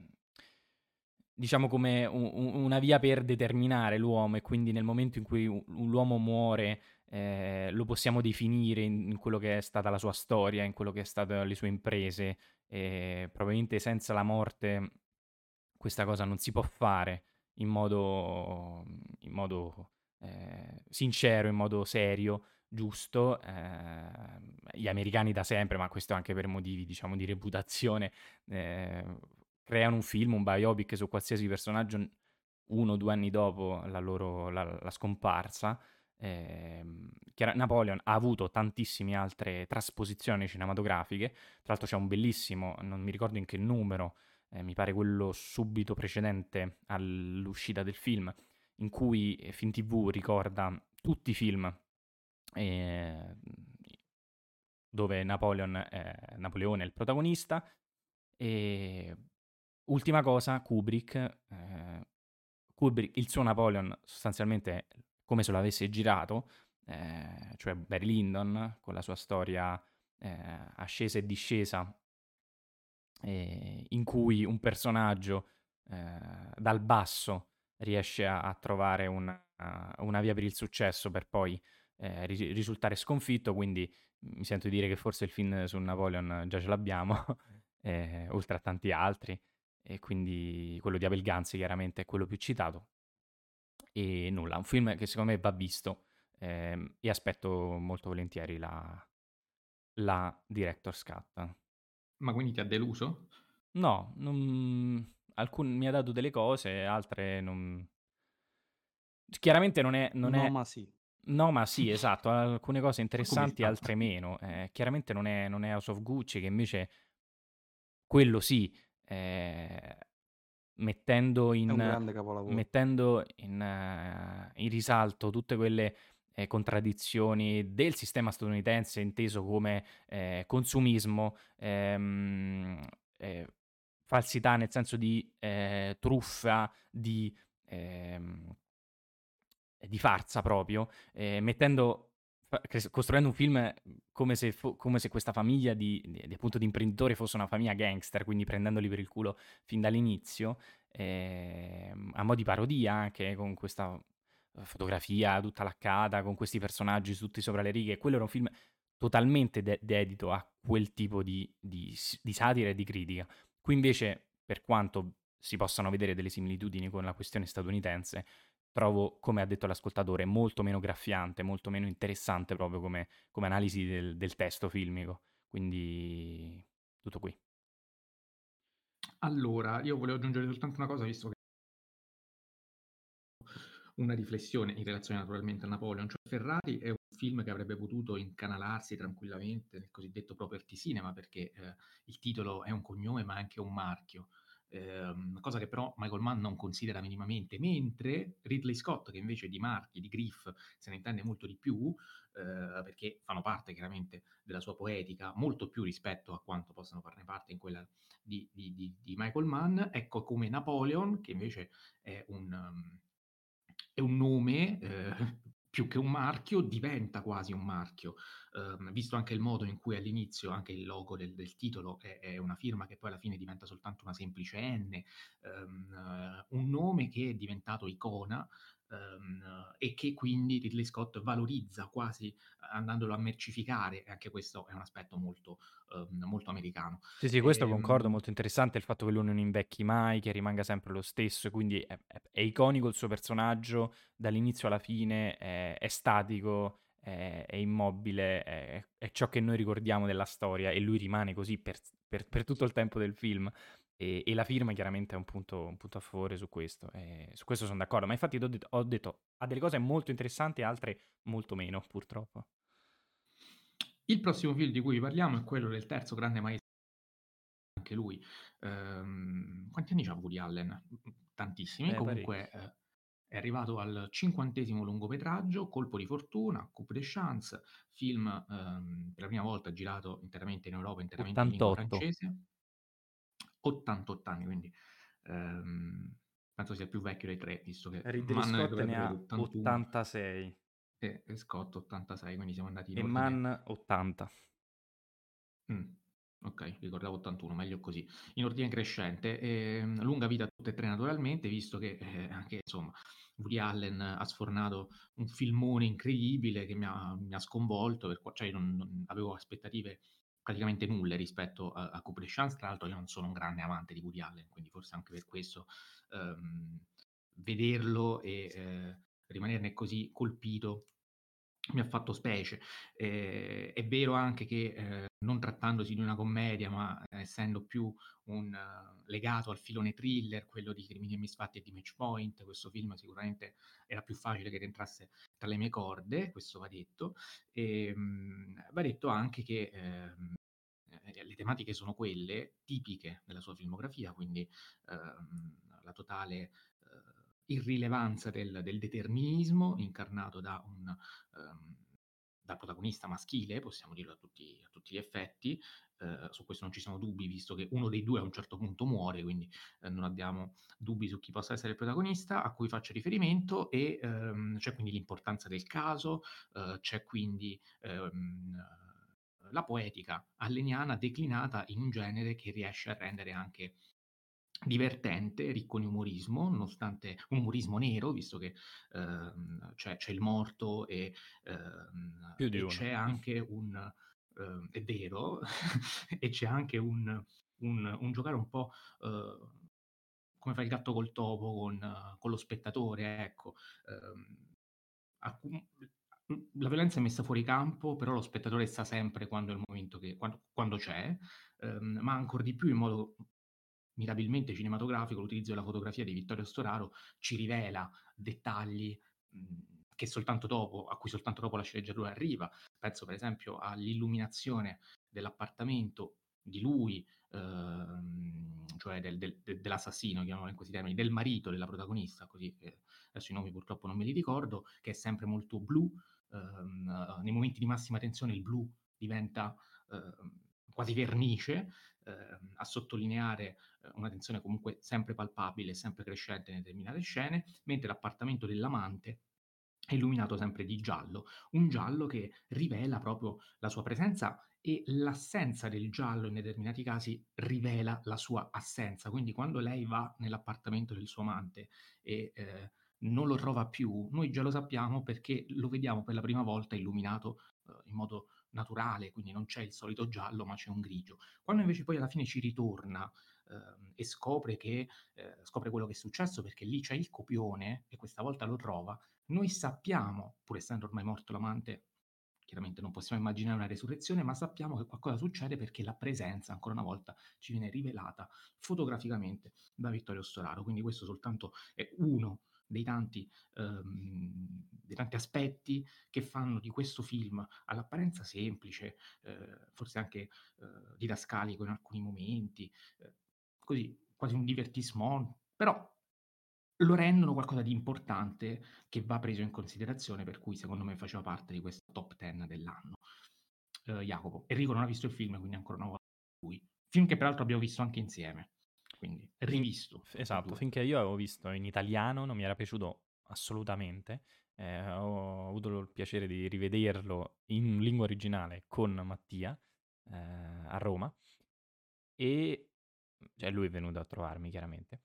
diciamo come u- u- una via per determinare l'uomo e quindi nel momento in cui u- l'uomo muore eh, lo possiamo definire in, in quello che è stata la sua storia, in quello che è state le sue imprese. E probabilmente senza la morte questa cosa non si può fare in modo, in modo eh, sincero, in modo serio, giusto. Eh, gli americani da sempre, ma questo anche per motivi, diciamo, di reputazione, eh, creano un film, un biopic su qualsiasi personaggio n- uno o due anni dopo la loro la, la scomparsa. Ehm, chiara- Napoleon ha avuto tantissime altre trasposizioni cinematografiche, tra l'altro c'è un bellissimo, non mi ricordo in che numero, eh, mi pare quello subito precedente all'uscita del film, in cui eh, FilmTV ricorda tutti i film eh, dove Napoleon, eh, Napoleone è il protagonista. E ultima cosa, Kubrick, eh, Kubrick, il suo Napoleon sostanzialmente è come se lo avesse girato, eh, cioè Barry Lyndon con la sua storia eh, ascesa e discesa, eh, in cui un personaggio eh, dal basso riesce a, a trovare una, una via per il successo per poi eh, ri- risultare sconfitto, quindi mi sento di dire che forse il film su Napoleon già ce l'abbiamo, eh, oltre a tanti altri, e quindi quello di Abel Gance chiaramente è quello più citato. E nulla, un film che secondo me va visto, ehm, e aspetto molto volentieri la, la Director's Cut. Ma quindi ti ha deluso? No, non- alcun- mi ha dato delle cose, altre non... Chiaramente non è, non No, è... ma sì. No, ma sì, esatto, alcune cose Come interessanti, sta? altre meno. Eh, chiaramente non è, non è House of Gucci, che invece quello sì, eh, mettendo È un in, grande capolavoro. mettendo in, eh, in risalto tutte quelle eh, contraddizioni del sistema statunitense inteso come eh, consumismo, ehm, eh, falsità nel senso di eh, truffa, di, ehm, di farsa proprio, eh, mettendo, fa- cres- costruendo un film come se, fo- come se questa famiglia di, di- di, appunto di imprenditori fosse una famiglia gangster, quindi prendendoli per il culo fin dall'inizio, ehm, a mo' di parodia anche con questa eh, fotografia tutta laccata, con questi personaggi tutti sopra le righe. Quello era un film totalmente de- dedito a quel tipo di, di s- di satira e di critica. Qui invece, per quanto si possano vedere delle similitudini con la questione statunitense, trovo, come ha detto l'ascoltatore, molto meno graffiante, molto meno interessante proprio come, come analisi del, del testo filmico. Quindi tutto qui. Allora, io volevo aggiungere soltanto una cosa, visto che una riflessione in relazione naturalmente a Napoleon, cioè Ferrari è un film che avrebbe potuto incanalarsi tranquillamente nel cosiddetto property cinema, perché eh, il titolo è un cognome ma anche un marchio, ehm, cosa che però Michael Mann non considera minimamente, mentre Ridley Scott, che invece di marchi, di Griff, se ne intende molto di più, eh, perché fanno parte chiaramente della sua poetica, molto più rispetto a quanto possano farne parte in quella di, di- di- di Michael Mann, ecco come Napoleon, che invece è un... um, è un nome, ehm, più che un marchio, diventa quasi un marchio, ehm, visto anche il modo in cui all'inizio anche il logo del del titolo è è una firma che poi alla fine diventa soltanto una semplice N, ehm, un nome che è diventato icona, ehm, e che quindi Ridley Scott valorizza quasi andandolo a mercificare, e anche questo è un aspetto molto, ehm, molto americano. Sì, sì, questo concordo, Ehm molto interessante il fatto che lui non invecchi mai, che rimanga sempre lo stesso, e quindi è, è- è iconico il suo personaggio dall'inizio alla fine, è, è statico, è, è immobile, è, è ciò che noi ricordiamo della storia e lui rimane così per, per- per tutto il tempo del film. E, e la firma chiaramente è un punto, un punto a favore su questo, e su questo sono d'accordo, ma infatti ho detto, ho detto, ha delle cose molto interessanti e altre molto meno, purtroppo. Il prossimo film di cui parliamo è quello del terzo grande maestro, anche lui. Ehm, quanti anni c'ha Woody Allen? Tantissimi. Eh, Comunque, parecchi. eh, è arrivato al cinquantesimo lungometraggio, Colpo di fortuna, Coup de chance, film ehm, per la prima volta girato interamente in Europa, interamente in lingua ottantotto. francese. ottantotto anni, quindi ehm, penso sia più vecchio dei tre, visto che Ridley Mann ne Scott dovrebbe ne avere ha ottantuno ottantasei. e, e Scott ottantasei, quindi siamo andati in E ordine. Man ottanta. Mh, okay, ricordavo ottantuno, meglio così. In ordine crescente, ehm, lunga vita a tutte e tre naturalmente, visto che, ehm, anche insomma Woody Allen ha sfornato un filmone incredibile che mi ha mi ha sconvolto, per qua cioè io non non avevo aspettative praticamente nulle rispetto a a Coup de chance. Tra l'altro io non sono un grande amante di Woody Allen, quindi forse anche per questo, ehm, vederlo e, ehm, rimanerne così colpito mi ha fatto specie. Ehm, è vero anche che, ehm, non trattandosi di una commedia, ma essendo più un eh, legato al filone thriller, quello di Crimini e misfatti e di Match Point, questo film sicuramente era più facile che rientrasse tra le mie corde, questo va detto. Ehm, va detto anche che, ehm, ehm, le tematiche sono quelle tipiche della sua filmografia, quindi, ehm, la totale, ehm, irrilevanza del del determinismo incarnato da un ehm, dal protagonista maschile, possiamo dirlo a tutti, a tutti gli effetti. Eh, su questo non ci sono dubbi, visto che uno dei due a un certo punto muore, quindi eh, non abbiamo dubbi su chi possa essere il protagonista a cui faccio riferimento, e ehm, c'è quindi l'importanza del caso, eh, c'è quindi ehm, la poetica alleniana declinata in un genere che riesce a rendere anche divertente, ricco di umorismo, nonostante un umorismo nero, visto che ehm, c'è, c'è il morto e, ehm, Più di e uno. c'è anche un... ehm, è vero, e c'è anche un, un, un giocare un po' eh, come fa il gatto col topo con, eh, con lo spettatore, ecco. Ehm, alcun- la violenza è messa fuori campo, però lo spettatore sa sempre quando è il momento che, quando, quando c'è, ehm, ma ancora di più in modo mirabilmente cinematografico, l'utilizzo della fotografia di Vittorio Storaro ci rivela dettagli mh, che soltanto dopo, a cui soltanto dopo la sceneggiatura arriva. Penso per esempio all'illuminazione dell'appartamento di lui, ehm, cioè del, del, del, dell'assassino, chiamiamolo in questi termini, del marito della protagonista, così eh, adesso i nomi purtroppo non me li ricordo, che è sempre molto blu. Ehm, nei momenti di massima tensione il blu diventa ehm, quasi vernice, ehm, a sottolineare eh, una tensione comunque sempre palpabile, sempre crescente in determinate scene, mentre l'appartamento dell'amante è illuminato sempre di giallo, un giallo che rivela proprio la sua presenza e l'assenza del giallo in determinati casi rivela la sua assenza. Quindi quando lei va nell'appartamento del suo amante e eh, non lo trova più, noi già lo sappiamo perché lo vediamo per la prima volta illuminato eh, in modo naturale, quindi non c'è il solito giallo ma c'è un grigio. Quando invece poi alla fine ci ritorna ehm, e scopre, che, eh, scopre quello che è successo perché lì c'è il copione e questa volta lo trova, noi sappiamo, pur essendo ormai morto l'amante, chiaramente non possiamo immaginare una resurrezione, ma sappiamo che qualcosa succede perché la presenza, ancora una volta, ci viene rivelata fotograficamente da Vittorio Storaro. Quindi questo soltanto è uno dei tanti, ehm, dei tanti aspetti che fanno di questo film, all'apparenza semplice, eh, forse anche eh, didascalico in alcuni momenti, eh, così quasi un divertissement, però lo rendono qualcosa di importante che va preso in considerazione, per cui secondo me faceva parte di questa top dieci dell'anno. Eh, Jacopo, Enrico non ha visto il film, quindi ancora una volta lui. Film che peraltro abbiamo visto anche insieme, quindi Fin- rivisto tutti e esatto, due. finché io avevo visto in italiano, non mi era piaciuto assolutamente. Eh, ho avuto il piacere di rivederlo in lingua originale con Mattia eh, a Roma e cioè lui è venuto a trovarmi chiaramente.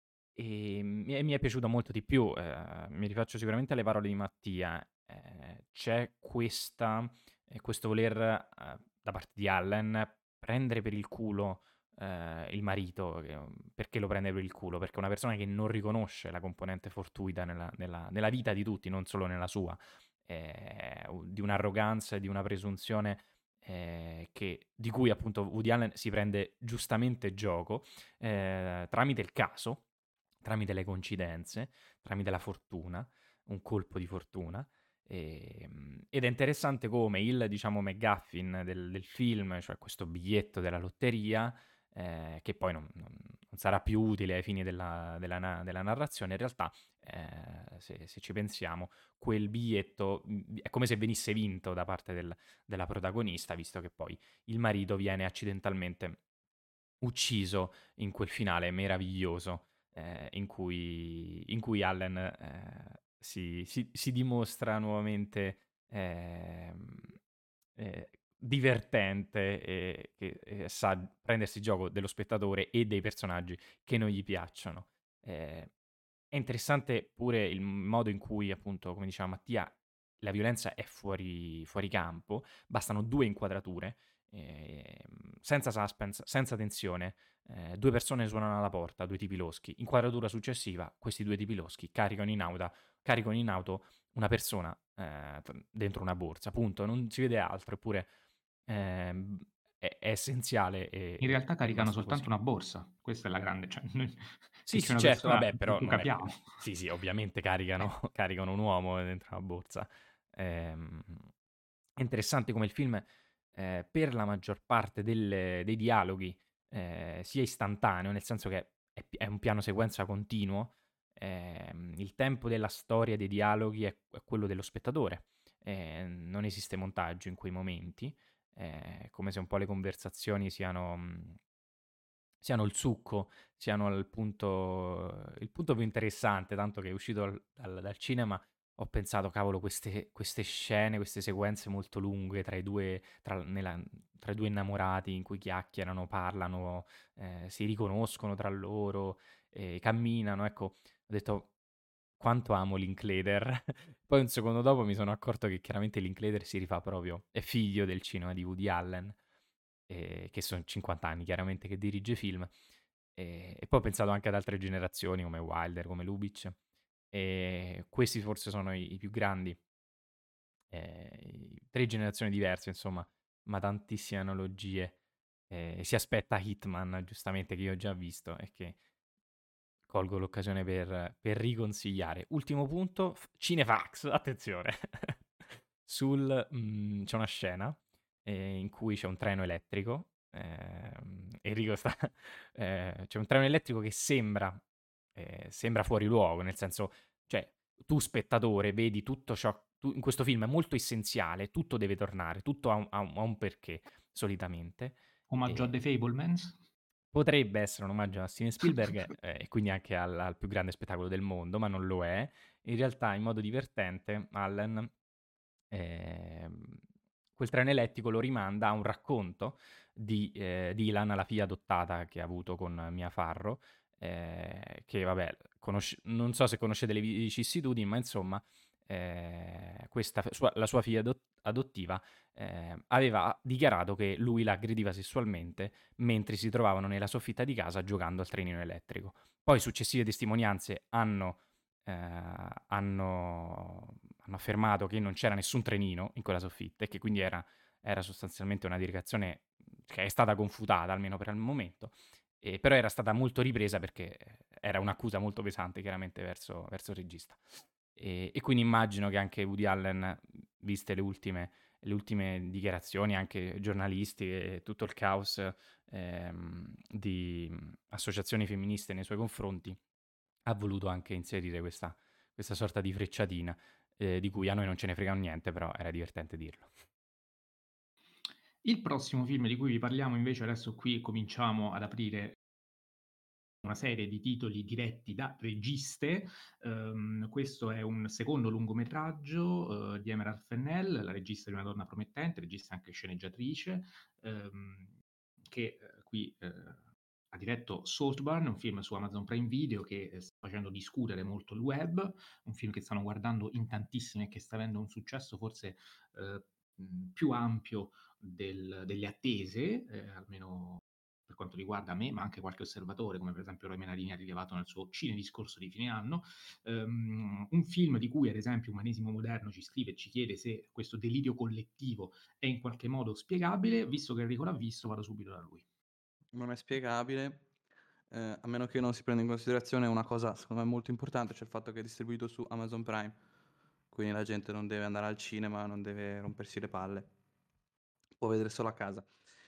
E mi è, mi è piaciuto molto di più, eh, mi rifaccio sicuramente alle parole di Mattia, eh, c'è questa, eh, questo voler eh, da parte di Allen prendere per il culo eh, il marito, che- perché lo prende per il culo? Perché è una persona che non riconosce la componente fortuita nella, nella- nella vita di tutti, non solo nella sua, eh, di un'arroganza e di una presunzione eh, che- di cui appunto Woody Allen si prende giustamente gioco eh, tramite il caso, tramite le coincidenze, tramite la fortuna, un colpo di fortuna. E, ed è interessante come il, diciamo, McGuffin del, del film, cioè questo biglietto della lotteria, eh, che poi non, non- non sarà più utile ai fini della, della na- della narrazione, in realtà, eh, se, se ci pensiamo, quel biglietto mh, è come se venisse vinto da parte del- della protagonista, visto che poi il marito viene accidentalmente ucciso in quel finale meraviglioso eh, in cui, in cui Allen eh, si, si- si dimostra nuovamente ehm, eh, divertente e che e sa prendersi gioco dello spettatore e dei personaggi che non gli piacciono. Eh, è interessante pure il modo in cui, appunto, come diceva Mattia, la violenza è fuori, fuori campo, bastano due inquadrature, ehm, senza suspense, senza tensione, eh, due persone suonano alla porta, due tipi loschi, inquadratura successiva, questi due tipi loschi caricano in auto, caricano in auto una persona eh, t- dentro una borsa, punto, non si vede altro, eppure ehm, è, è essenziale In e realtà è caricano rimasto così. soltanto una borsa, questa è la grande, cioè, noi- che Sì, c'è sì, una certo, persona, vabbè, però lo non è capiamo. sì, sì, ovviamente Eh, caricano caricano un uomo dentro una borsa. Ehm, è interessante come il film, ehm, per la maggior parte delle dei dialoghi, ehm, sia istantaneo, nel senso che è pi è un piano sequenza continuo, ehm, il tempo della storia dei dialoghi è è quello dello spettatore, ehm, non esiste montaggio in quei momenti, è come se un po' le conversazioni siano mhmm siano il succo, siano il punto il punto più interessante, tanto che è uscito dal dal dal cinema ho pensato, cavolo, queste, queste scene, queste sequenze molto lunghe tra i due, tra, nella- tra i due innamorati in cui chiacchierano, parlano, eh, si riconoscono tra loro, eh, camminano, ecco, ho detto quanto amo Linklater. Poi un secondo dopo mi sono accorto che chiaramente Linklater si rifà proprio, è figlio del cinema di Woody Allen, eh, che sono cinquanta anni chiaramente che dirige film, e, e poi ho pensato anche ad altre generazioni come Wilder, come Lubitsch, e questi forse sono i, i più grandi, eh, i- tre generazioni diverse insomma, ma tantissime analogie. Eh, si aspetta Hitman, giustamente, che io ho già visto e che colgo l'occasione per, per riconsigliare. Ultimo punto, f- Cinefax, attenzione. Sul, mm, c'è una scena eh, in cui c'è un treno elettrico. ehm, Enrico sta... eh, c'è un treno elettrico che sembra, eh, sembra fuori luogo, nel senso, cioè, tu spettatore vedi tutto ciò... tu- in questo film è molto essenziale, tutto deve tornare, tutto ha un, ha un- ha un perché, solitamente. Omaggio a E The Fablemans. potrebbe essere un omaggio a Steven Spielberg, eh, e quindi anche al, al più grande spettacolo del mondo, ma non lo è. In realtà, in modo divertente, Allen ehm, quel treno elettrico lo rimanda a un racconto di eh, Dylan, la figlia adottata che ha avuto con Mia Farrow, eh, che vabbè, conosce- non so se conoscete le vicissitudini, ma insomma, eh, questa, sua- la sua figlia adot- adottiva eh, aveva dichiarato che lui la aggrediva sessualmente mentre si trovavano nella soffitta di casa giocando al trenino elettrico. Poi successive testimonianze hanno, eh, hanno, hanno affermato che non c'era nessun trenino in quella soffitta e che quindi era, era sostanzialmente una dichiarazione che è stata confutata, almeno per il momento, e però era stata molto ripresa perché era un'accusa molto pesante chiaramente verso, verso il regista. E, e quindi immagino che anche Woody Allen, viste le ultime, le ultime dichiarazioni, anche giornalistiche, e tutto il caos ehm, di associazioni femministe nei suoi confronti, ha voluto anche inserire questa, questa sorta di frecciatina, eh, di cui a noi non ce ne frega niente, però era divertente dirlo. Il prossimo film di cui vi parliamo invece, adesso qui cominciamo ad aprire una serie di titoli diretti da registe. Ehm, questo è un secondo lungometraggio eh, di Emerald Fennell, la regista di Una donna promettente, regista e anche sceneggiatrice, ehm, che eh, qui eh, ha diretto Saltburn, un film su Amazon Prime Video che eh, sta facendo discutere molto il web, un film che stanno guardando in tantissimi e che sta avendo un successo forse eh, mh, più ampio del- delle attese, eh, almeno per quanto riguarda me, ma anche qualche osservatore, come per esempio Roy Menarini ha rilevato nel suo cinediscorso di fine anno. Um, un film di cui, ad esempio, Umanesimo Moderno ci scrive e ci chiede se questo delirio collettivo è in qualche modo spiegabile. Visto che Enrico l'ha visto, vado subito da lui. Non è spiegabile, eh, a meno che non si prenda in considerazione una cosa secondo me molto importante, cioè il fatto che è distribuito su Amazon Prime. Quindi la gente non deve andare al cinema, non deve rompersi le palle, può vedere solo a casa.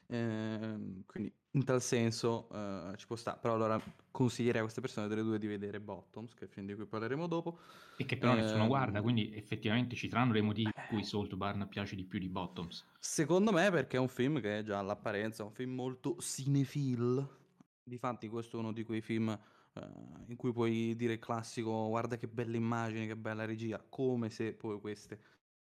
Ehm, quindi in tal senso eh, ci può stare. Però allora consiglierei a queste persone delle due di vedere Bottoms, che è il film di cui parleremo dopo. E che però nessuno guarda, Ehm, quindi effettivamente ci saranno dei motivi per cui Saltburn piace di più di Bottoms. Secondo me perché è un film che è già all'apparenza, un film molto cinefil. Difatti questo è uno di quei film eh, in cui puoi dire classico, guarda che belle immagini, che bella regia, come se poi queste...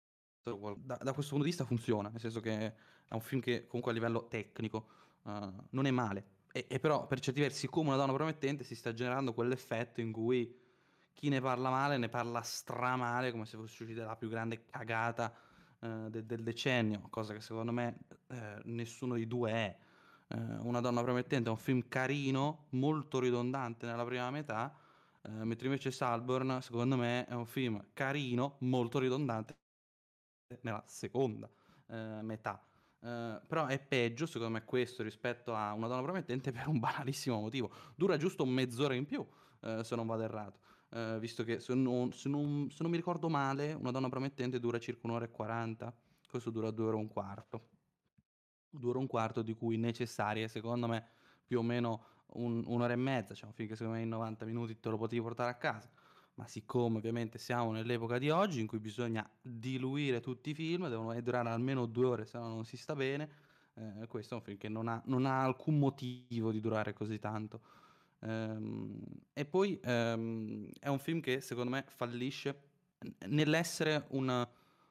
Da, da questo punto di vista funziona, nel senso che è un film che comunque a livello tecnico eh, non è male. E, e però per certi versi come Una donna promettente si sta generando quell'effetto in cui chi ne parla male ne parla stramale come se fosse uscita la più grande cagata eh, de- del decennio, cosa che secondo me eh, nessuno dei due è. Eh, Una donna promettente è un film carino, molto ridondante nella prima metà, eh, mentre invece Salborn, secondo me, è un film carino, molto ridondante nella seconda eh, metà. Eh, però è peggio, secondo me, questo rispetto a Una donna promettente per un banalissimo motivo. Dura giusto mezz'ora in più, eh, se non vado errato. Eh, visto che se non, se non- se non mi ricordo male, Una donna promettente dura circa un'ora e quaranta, questo dura due ore e un quarto. Due ore e un quarto di cui necessarie, secondo me, più o meno un- un'ora e mezza. Cioè un film che secondo me in novanta minuti te lo potevi portare a casa. Ma siccome ovviamente siamo nell'epoca di oggi in cui bisogna diluire tutti i film, devono durare almeno due ore, se no non si sta bene. Eh, questo è un film che non ha, non ha alcun motivo di durare così tanto. Ehm, e poi ehm, è un film che secondo me fallisce n- nell'essere un,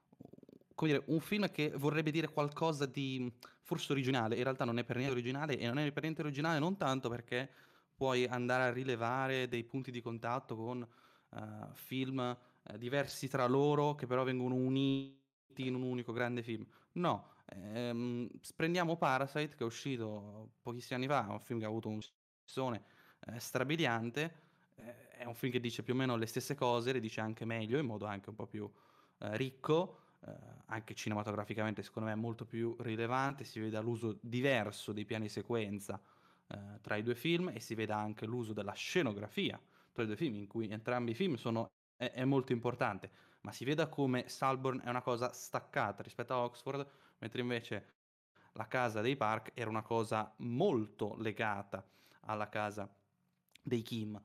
come dire, un film che vorrebbe dire qualcosa di forse originale. In realtà non è per niente originale, e non è per niente originale non tanto perché puoi andare a rilevare dei punti di contatto con eh, film eh, diversi tra loro che però vengono uniti in un unico grande film. No, ehm, prendiamo Parasite, che è uscito pochissimi anni fa, un film che ha avuto un successone eh, strabiliante. Eh, è un film che dice più o meno le stesse cose, le dice anche meglio, in modo anche un po' più eh, ricco, eh, anche cinematograficamente secondo me è molto più rilevante, si vede l'uso diverso dei piani sequenza eh, tra i due film, e si vede anche l'uso della scenografia tra i due film, in cui entrambi i film sono, è, è molto importante, ma si veda come Salborn è una cosa staccata rispetto a Oxford, mentre invece la casa dei Park era una cosa molto legata alla casa dei Kim,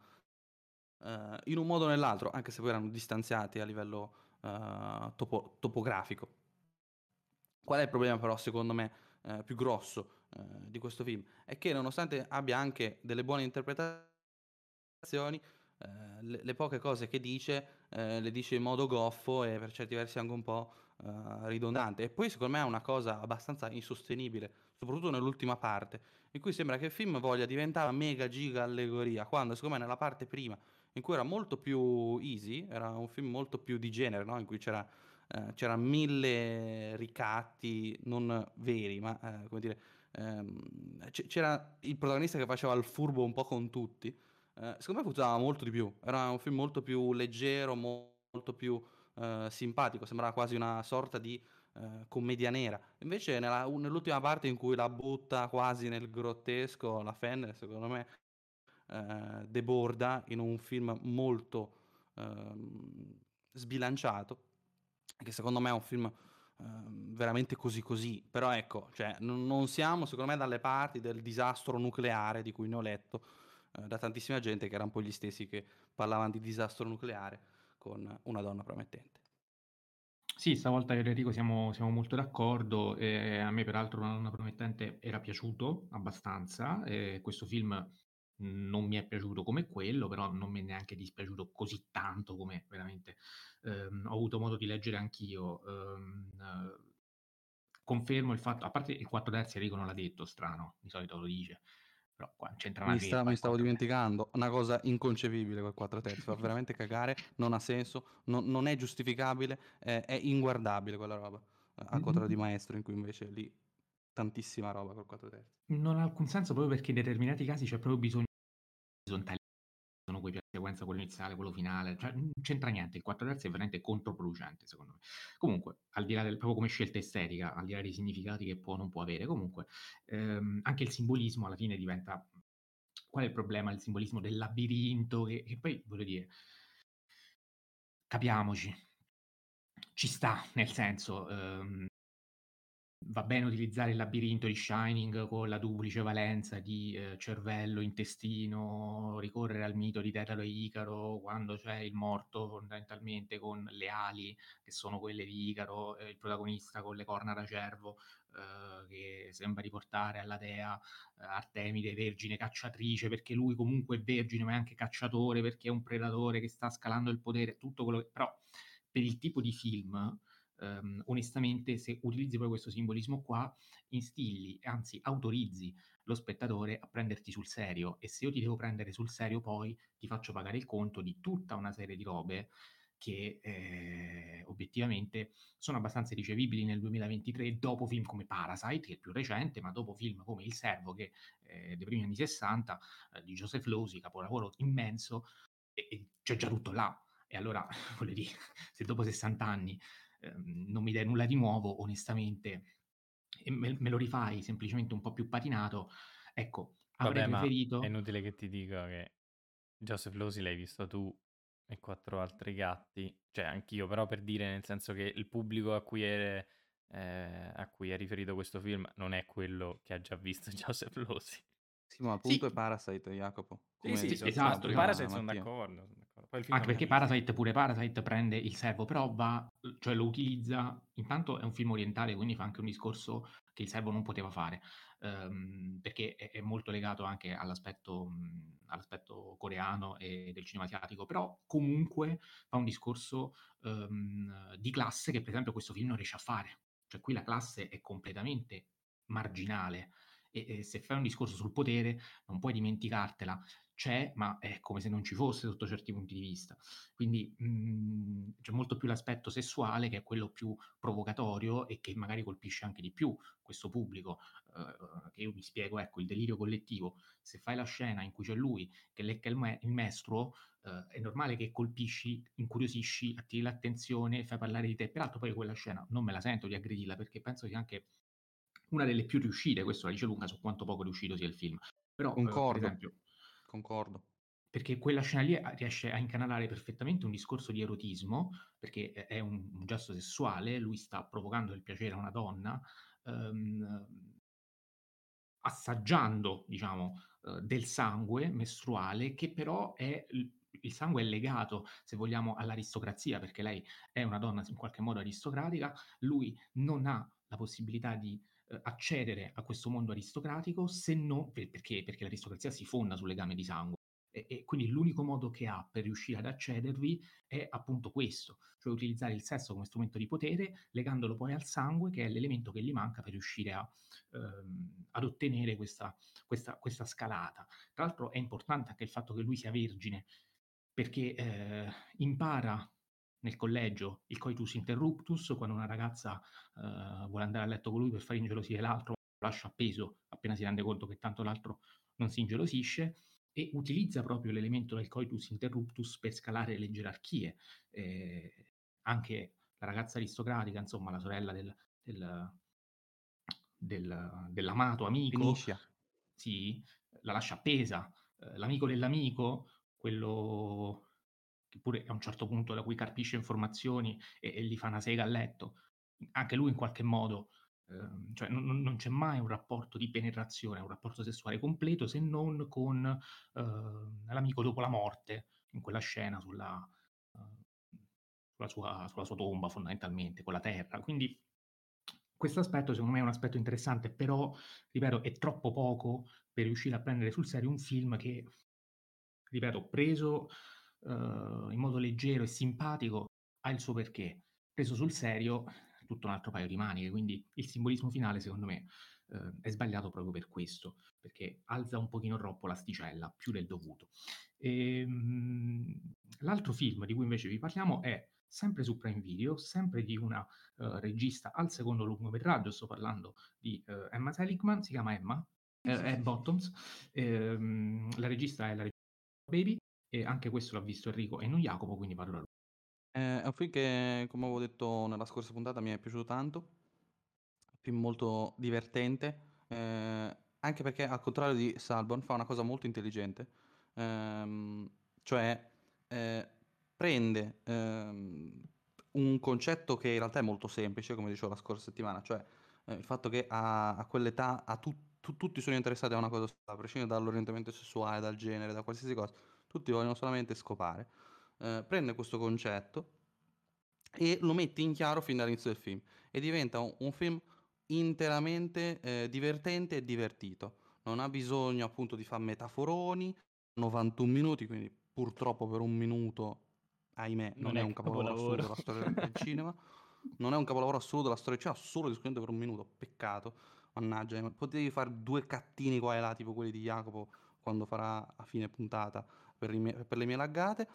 eh, in un modo o nell'altro, anche se poi erano distanziati a livello eh, topo- topografico. Qual è il problema però, secondo me, eh, più grosso eh, di questo film? È che nonostante abbia anche delle buone interpretazioni, eh, le, le poche cose che dice, eh, le dice in modo goffo e per certi versi anche un po' eh, ridondante. E poi secondo me è una cosa abbastanza insostenibile, soprattutto nell'ultima parte, in cui sembra che il film voglia diventare una mega giga allegoria, quando secondo me nella parte prima, in cui era molto più easy, era un film molto più di genere, no? In cui c'era eh, c'era mille ricatti non veri, ma eh, come dire, ehm, c- c'era il protagonista che faceva il furbo un po' con tutti. Eh, secondo me funzionava molto di più. Era un film molto più leggero, mo- molto più eh, simpatico. Sembrava quasi una sorta di eh, commedia nera. Invece, nella- nell'ultima parte in cui la butta quasi nel grottesco, la Fenner, secondo me, eh, deborda in un film molto ehm, sbilanciato, che secondo me è un film ehm, veramente così così, però ecco, cioè, non, non siamo secondo me dalle parti del disastro nucleare di cui ne ho letto eh, da tantissima gente, che erano poi gli stessi che parlavano di disastro nucleare con Una donna promettente. Sì, stavolta io e Enrico siamo, siamo molto d'accordo. E a me, peraltro, Una donna promettente era piaciuto abbastanza. E questo film mh, non mi è piaciuto come quello, però non mi è neanche dispiaciuto così tanto come veramente ehm, ho avuto modo di leggere anch'io. Ehm, eh, confermo il fatto, a parte il quattro terzi, Enrico non l'ha detto, strano, di solito lo dice, però qua c'entra una Mi, sta- ceppa mi il stavo quattro terzi. dimenticando, una cosa inconcepibile quel quattro terzi, fa veramente cagare, non ha senso, non, non è giustificabile, è, è inguardabile quella roba, eh, al contrario di Maestro in cui invece lì tantissima roba col quattro terzi. Non ha alcun senso, proprio perché in determinati casi c'è proprio bisogno di orizzontali, sono quei piani sequenza, quello iniziale, quello finale, cioè non c'entra niente, il quattro terzi è veramente controproducente secondo me. Comunque, al di là del, proprio come scelta estetica, al di là dei significati che può o non può avere, comunque ehm, anche il simbolismo alla fine diventa... Qual è il problema? Il simbolismo del labirinto, che, che poi, voglio dire, capiamoci, ci sta, nel senso... ehm, va bene utilizzare il labirinto di Shining con la duplice valenza di eh, cervello, intestino, ricorrere al mito di Tetano e Icaro quando c'è il morto fondamentalmente con le ali che sono quelle di Icaro, eh, il protagonista con le corna da cervo eh, che sembra riportare alla dea eh, Artemide, vergine cacciatrice, perché lui comunque è vergine ma è anche cacciatore, perché è un predatore che sta scalando il potere, tutto quello che... Però per il tipo di film ehm, onestamente, se utilizzi poi questo simbolismo qua, instilli, anzi autorizzi lo spettatore a prenderti sul serio, e se io ti devo prendere sul serio poi ti faccio pagare il conto di tutta una serie di robe che eh, obiettivamente sono abbastanza ricevibili nel duemilaventitré, dopo film come Parasite, che è più recente, ma dopo film come Il Servo, che è dei primi anni sessanta, eh, di Joseph Losey, capolavoro immenso, e, e c'è già tutto là. E allora, voglio dire, se dopo sessanta anni ehm, non mi dai nulla di nuovo, onestamente, e me, me lo rifai semplicemente un po' più patinato, ecco, avrei Vabbè, ma è preferito... inutile che ti dica che Joseph Losey l'hai visto tu e quattro altri gatti, cioè anch'io, però per dire, nel senso che il pubblico a cui è, eh, a cui è riferito questo film non è quello che ha già visto Joseph Losey. Sì, ma appunto Sì, è Parasite, Jacopo, Sì, come sì, sì, diceva sì, ma esatto, su prima Parasite esatto. sono Mattia. d'accordo. d'accordo. Poi il film Anche non è perché visto. Parasite, pure Parasite prende il servo, però va, cioè lo utilizza, intanto è un film orientale, quindi fa anche un discorso che il servo non poteva fare, ehm, perché è, è molto legato anche all'aspetto, mh, all'aspetto coreano e del cinema asiatico, però comunque fa un discorso ehm, di classe che per esempio questo film non riesce a fare. Cioè qui la classe è completamente marginale e, e se fai un discorso sul potere non puoi dimenticartela, c'è, ma è come se non ci fosse sotto certi punti di vista. Quindi mh, c'è molto più l'aspetto sessuale, che è quello più provocatorio e che magari colpisce anche di più questo pubblico. Uh, che io mi spiego, ecco, il delirio collettivo. Se fai la scena in cui c'è lui che lecca il, me- il mestruo, uh, è normale che colpisci, incuriosisci, attiri l'attenzione, fai parlare di te. Peraltro poi quella scena non me la sento di aggredirla, perché penso sia anche una delle più riuscite, questo la dice lunga su quanto poco riuscito sia il film. Però, uh, per Concordo, esempio, concordo. perché quella scena lì a- riesce a incanalare perfettamente un discorso di erotismo, perché è è un, un gesto sessuale, lui sta provocando il piacere a una donna, ehm, assaggiando, diciamo, eh, del sangue mestruale, che però è il il sangue è legato, se vogliamo, all'aristocrazia, perché lei è una donna in qualche modo aristocratica, lui non ha la possibilità di eh, accedere a questo mondo aristocratico se non per- perché, perché l'aristocrazia si fonda sul legame di sangue. E, e quindi l'unico modo che ha per riuscire ad accedervi è appunto questo, cioè utilizzare il sesso come strumento di potere, legandolo poi al sangue, che è l'elemento che gli manca per riuscire a, ehm, ad ottenere questa, questa, questa scalata. Tra l'altro è importante anche il fatto che lui sia vergine, perché eh, impara nel collegio il coitus interruptus, quando una ragazza eh, vuole andare a letto con lui per far ingelosire l'altro, lo lascia appeso appena si rende conto che tanto l'altro non si ingelosisce, e utilizza proprio l'elemento del coitus interruptus per scalare le gerarchie. Eh, anche la ragazza aristocratica, insomma, la sorella del, del, del, dell'amato amico, Finisce. sì, la lascia appesa. Eh, l'amico dell'amico, quello che pure a un certo punto da cui carpisce informazioni e, e gli fa una sega a letto, anche lui in qualche modo, ehm, cioè non, non- non c'è mai un rapporto di penetrazione, un rapporto sessuale completo, se non con ehm, l'amico dopo la morte, in quella scena sulla, eh, sulla sua, sulla sua tomba fondamentalmente, con la terra. Quindi questo aspetto secondo me è un aspetto interessante, però, ripeto, è troppo poco per riuscire a prendere sul serio un film che, ripeto, preso eh, in modo leggero e simpatico, ha il suo perché. Preso sul serio, tutto un altro paio di maniche, quindi il simbolismo finale, secondo me, eh, è sbagliato proprio per questo, perché alza un pochino troppo l'asticella, più del dovuto. Ehm, l'altro film di cui invece vi parliamo è sempre su Prime Video, sempre di una eh, regista al secondo lungometraggio, sto parlando di eh, Emma Seligman, si chiama Emma, Sì, eh, sì, è sì, sì. Bottoms. Ehm, la regista è la regista Baby, e anche questo l'ha visto Enrico e non Jacopo, quindi parlo a lui. Eh, È un film che, come avevo detto nella scorsa puntata, mi è piaciuto tanto. Un film molto divertente, eh, anche perché al contrario di Salborn fa una cosa molto intelligente, ehm, cioè eh, prende ehm, un concetto che in realtà è molto semplice, come dicevo la scorsa settimana, cioè eh, il fatto che a, a quell'età a tu- tu- tutti sono interessati a una cosa sola, a prescindere dall'orientamento sessuale, dal genere, da qualsiasi cosa, tutti vogliono solamente scopare. Eh, prende questo concetto e lo mette in chiaro fin dall'inizio del film e diventa un, un film interamente eh, divertente e divertito. Non ha bisogno appunto di fare metaforoni, novantuno minuti, quindi purtroppo per un minuto, ahimè, non Non è è un capolavoro assoluto capolavoro. della storia del cinema. Non è un capolavoro assoluto della storia del cinema, solo ed esclusivamente per un minuto, peccato. Mannaggia, ma potevi fare due cattini qua e là, tipo quelli di Jacopo quando farà a fine puntata per, i mie- per le mie laggate.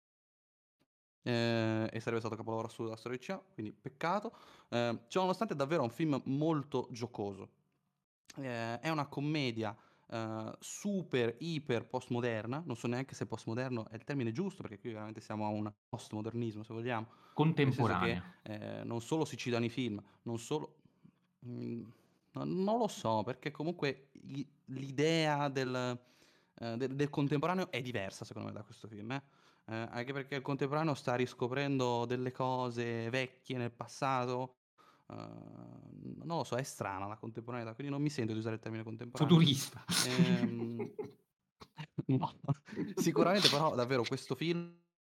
Eh, e sarebbe stato capolavoro assoluto della storia del cinema, quindi peccato. Eh, ciononostante è davvero un film molto giocoso. Eh, è una commedia eh, super, iper postmoderna, non so neanche se postmoderno è il termine giusto, perché qui veramente siamo a un postmodernismo, se vogliamo, nel senso che Contemporanea. eh, non solo si citano i film, non solo... mm, no- non lo so, perché comunque i- l'idea del, eh, del- del contemporaneo è diversa, secondo me, da questo film, eh. Eh, anche perché il contemporaneo sta riscoprendo delle cose vecchie nel passato. eh, non lo so, è strana la contemporaneità, quindi non mi sento di usare il termine contemporaneo. Futurista. Ehm, no. Sicuramente però davvero questo film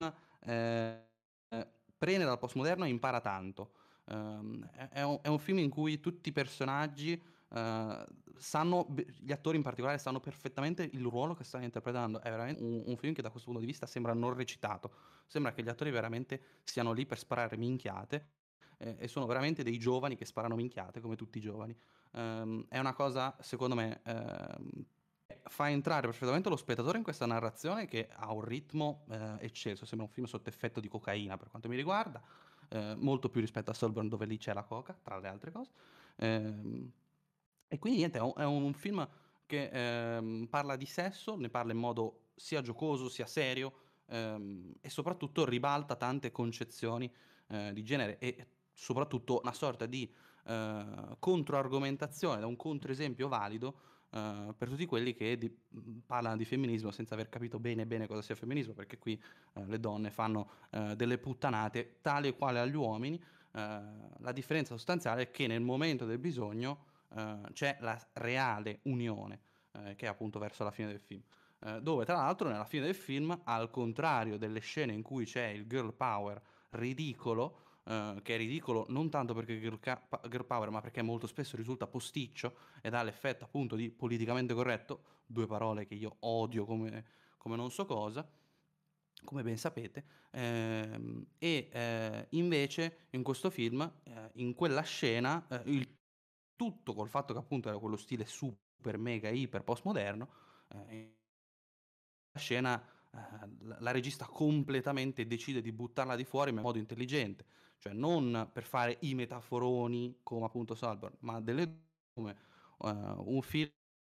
eh, eh, prende dal postmoderno e impara tanto. Ehm, è, è un, è un film in cui tutti i personaggi eh, sanno, be- gli attori in particolare sanno perfettamente il ruolo che stanno interpretando. È veramente un, un film che da questo punto di vista sembra non recitato. Sembra che gli attori veramente siano lì per sparare minchiate eh, e sono veramente dei giovani che sparano minchiate come tutti i giovani. Ehm, è una cosa, secondo me, ehm, fa entrare perfettamente lo spettatore in questa narrazione che ha un ritmo eh, ecceso, sembra un film sotto effetto di cocaina per quanto mi riguarda, eh, molto più rispetto a Saltburn dove lì c'è la coca, tra le altre cose. Ehm, e quindi niente, è un, è un film che ehm, parla di sesso, ne parla in modo sia giocoso sia serio, ehm, e soprattutto ribalta tante concezioni eh, di genere e soprattutto una sorta di eh, controargomentazione, da un controesempio valido eh, per tutti quelli che di- parlano di femminismo senza aver capito bene bene cosa sia femminismo, perché qui eh, le donne fanno eh, delle puttanate tali e quali agli uomini. Eh, la differenza sostanziale è che nel momento del bisogno eh, c'è la reale unione, eh, che è appunto verso la fine del film. Eh, dove tra l'altro nella fine del film, al contrario delle scene in cui c'è il girl power ridicolo, eh, che è ridicolo non tanto perché girl, ca- girl power, ma perché molto spesso risulta posticcio ed ha l'effetto appunto di politicamente corretto, due parole che io odio come, come non so cosa, come ben sapete, ehm, e eh, invece in questo film, eh, in quella scena, eh, il tutto col fatto che appunto era quello stile super mega iper postmoderno, eh, la scena eh, la, la regista completamente decide di buttarla di fuori ma in modo intelligente, cioè non per fare i metaforoni come appunto Salborn, ma delle come eh, un film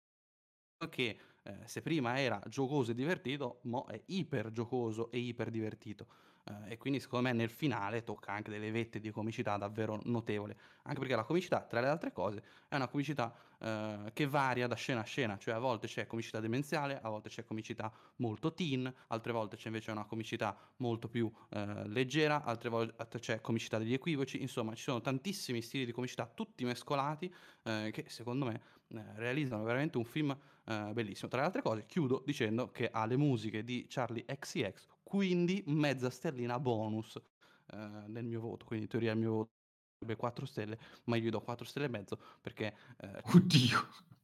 che eh, se prima era giocoso e divertito, mo è iper giocoso e iper divertito. Eh, e quindi secondo me nel finale tocca anche delle vette di comicità davvero notevoli, anche perché la comicità, tra le altre cose, è una comicità eh, che varia da scena a scena, cioè a volte c'è comicità demenziale, a volte c'è comicità molto teen, altre volte c'è invece una comicità molto più eh, leggera, altre volte c'è comicità degli equivoci, insomma ci sono tantissimi stili di comicità, tutti mescolati, eh, che secondo me eh, realizzano veramente un film eh, bellissimo. Tra le altre cose, chiudo dicendo che ha le musiche di Charlie X C X, quindi mezza stellina bonus eh, nel mio voto. Quindi in teoria il mio voto sarebbe quattro stelle, ma io gli do quattro stelle e mezzo perché eh, Oddio.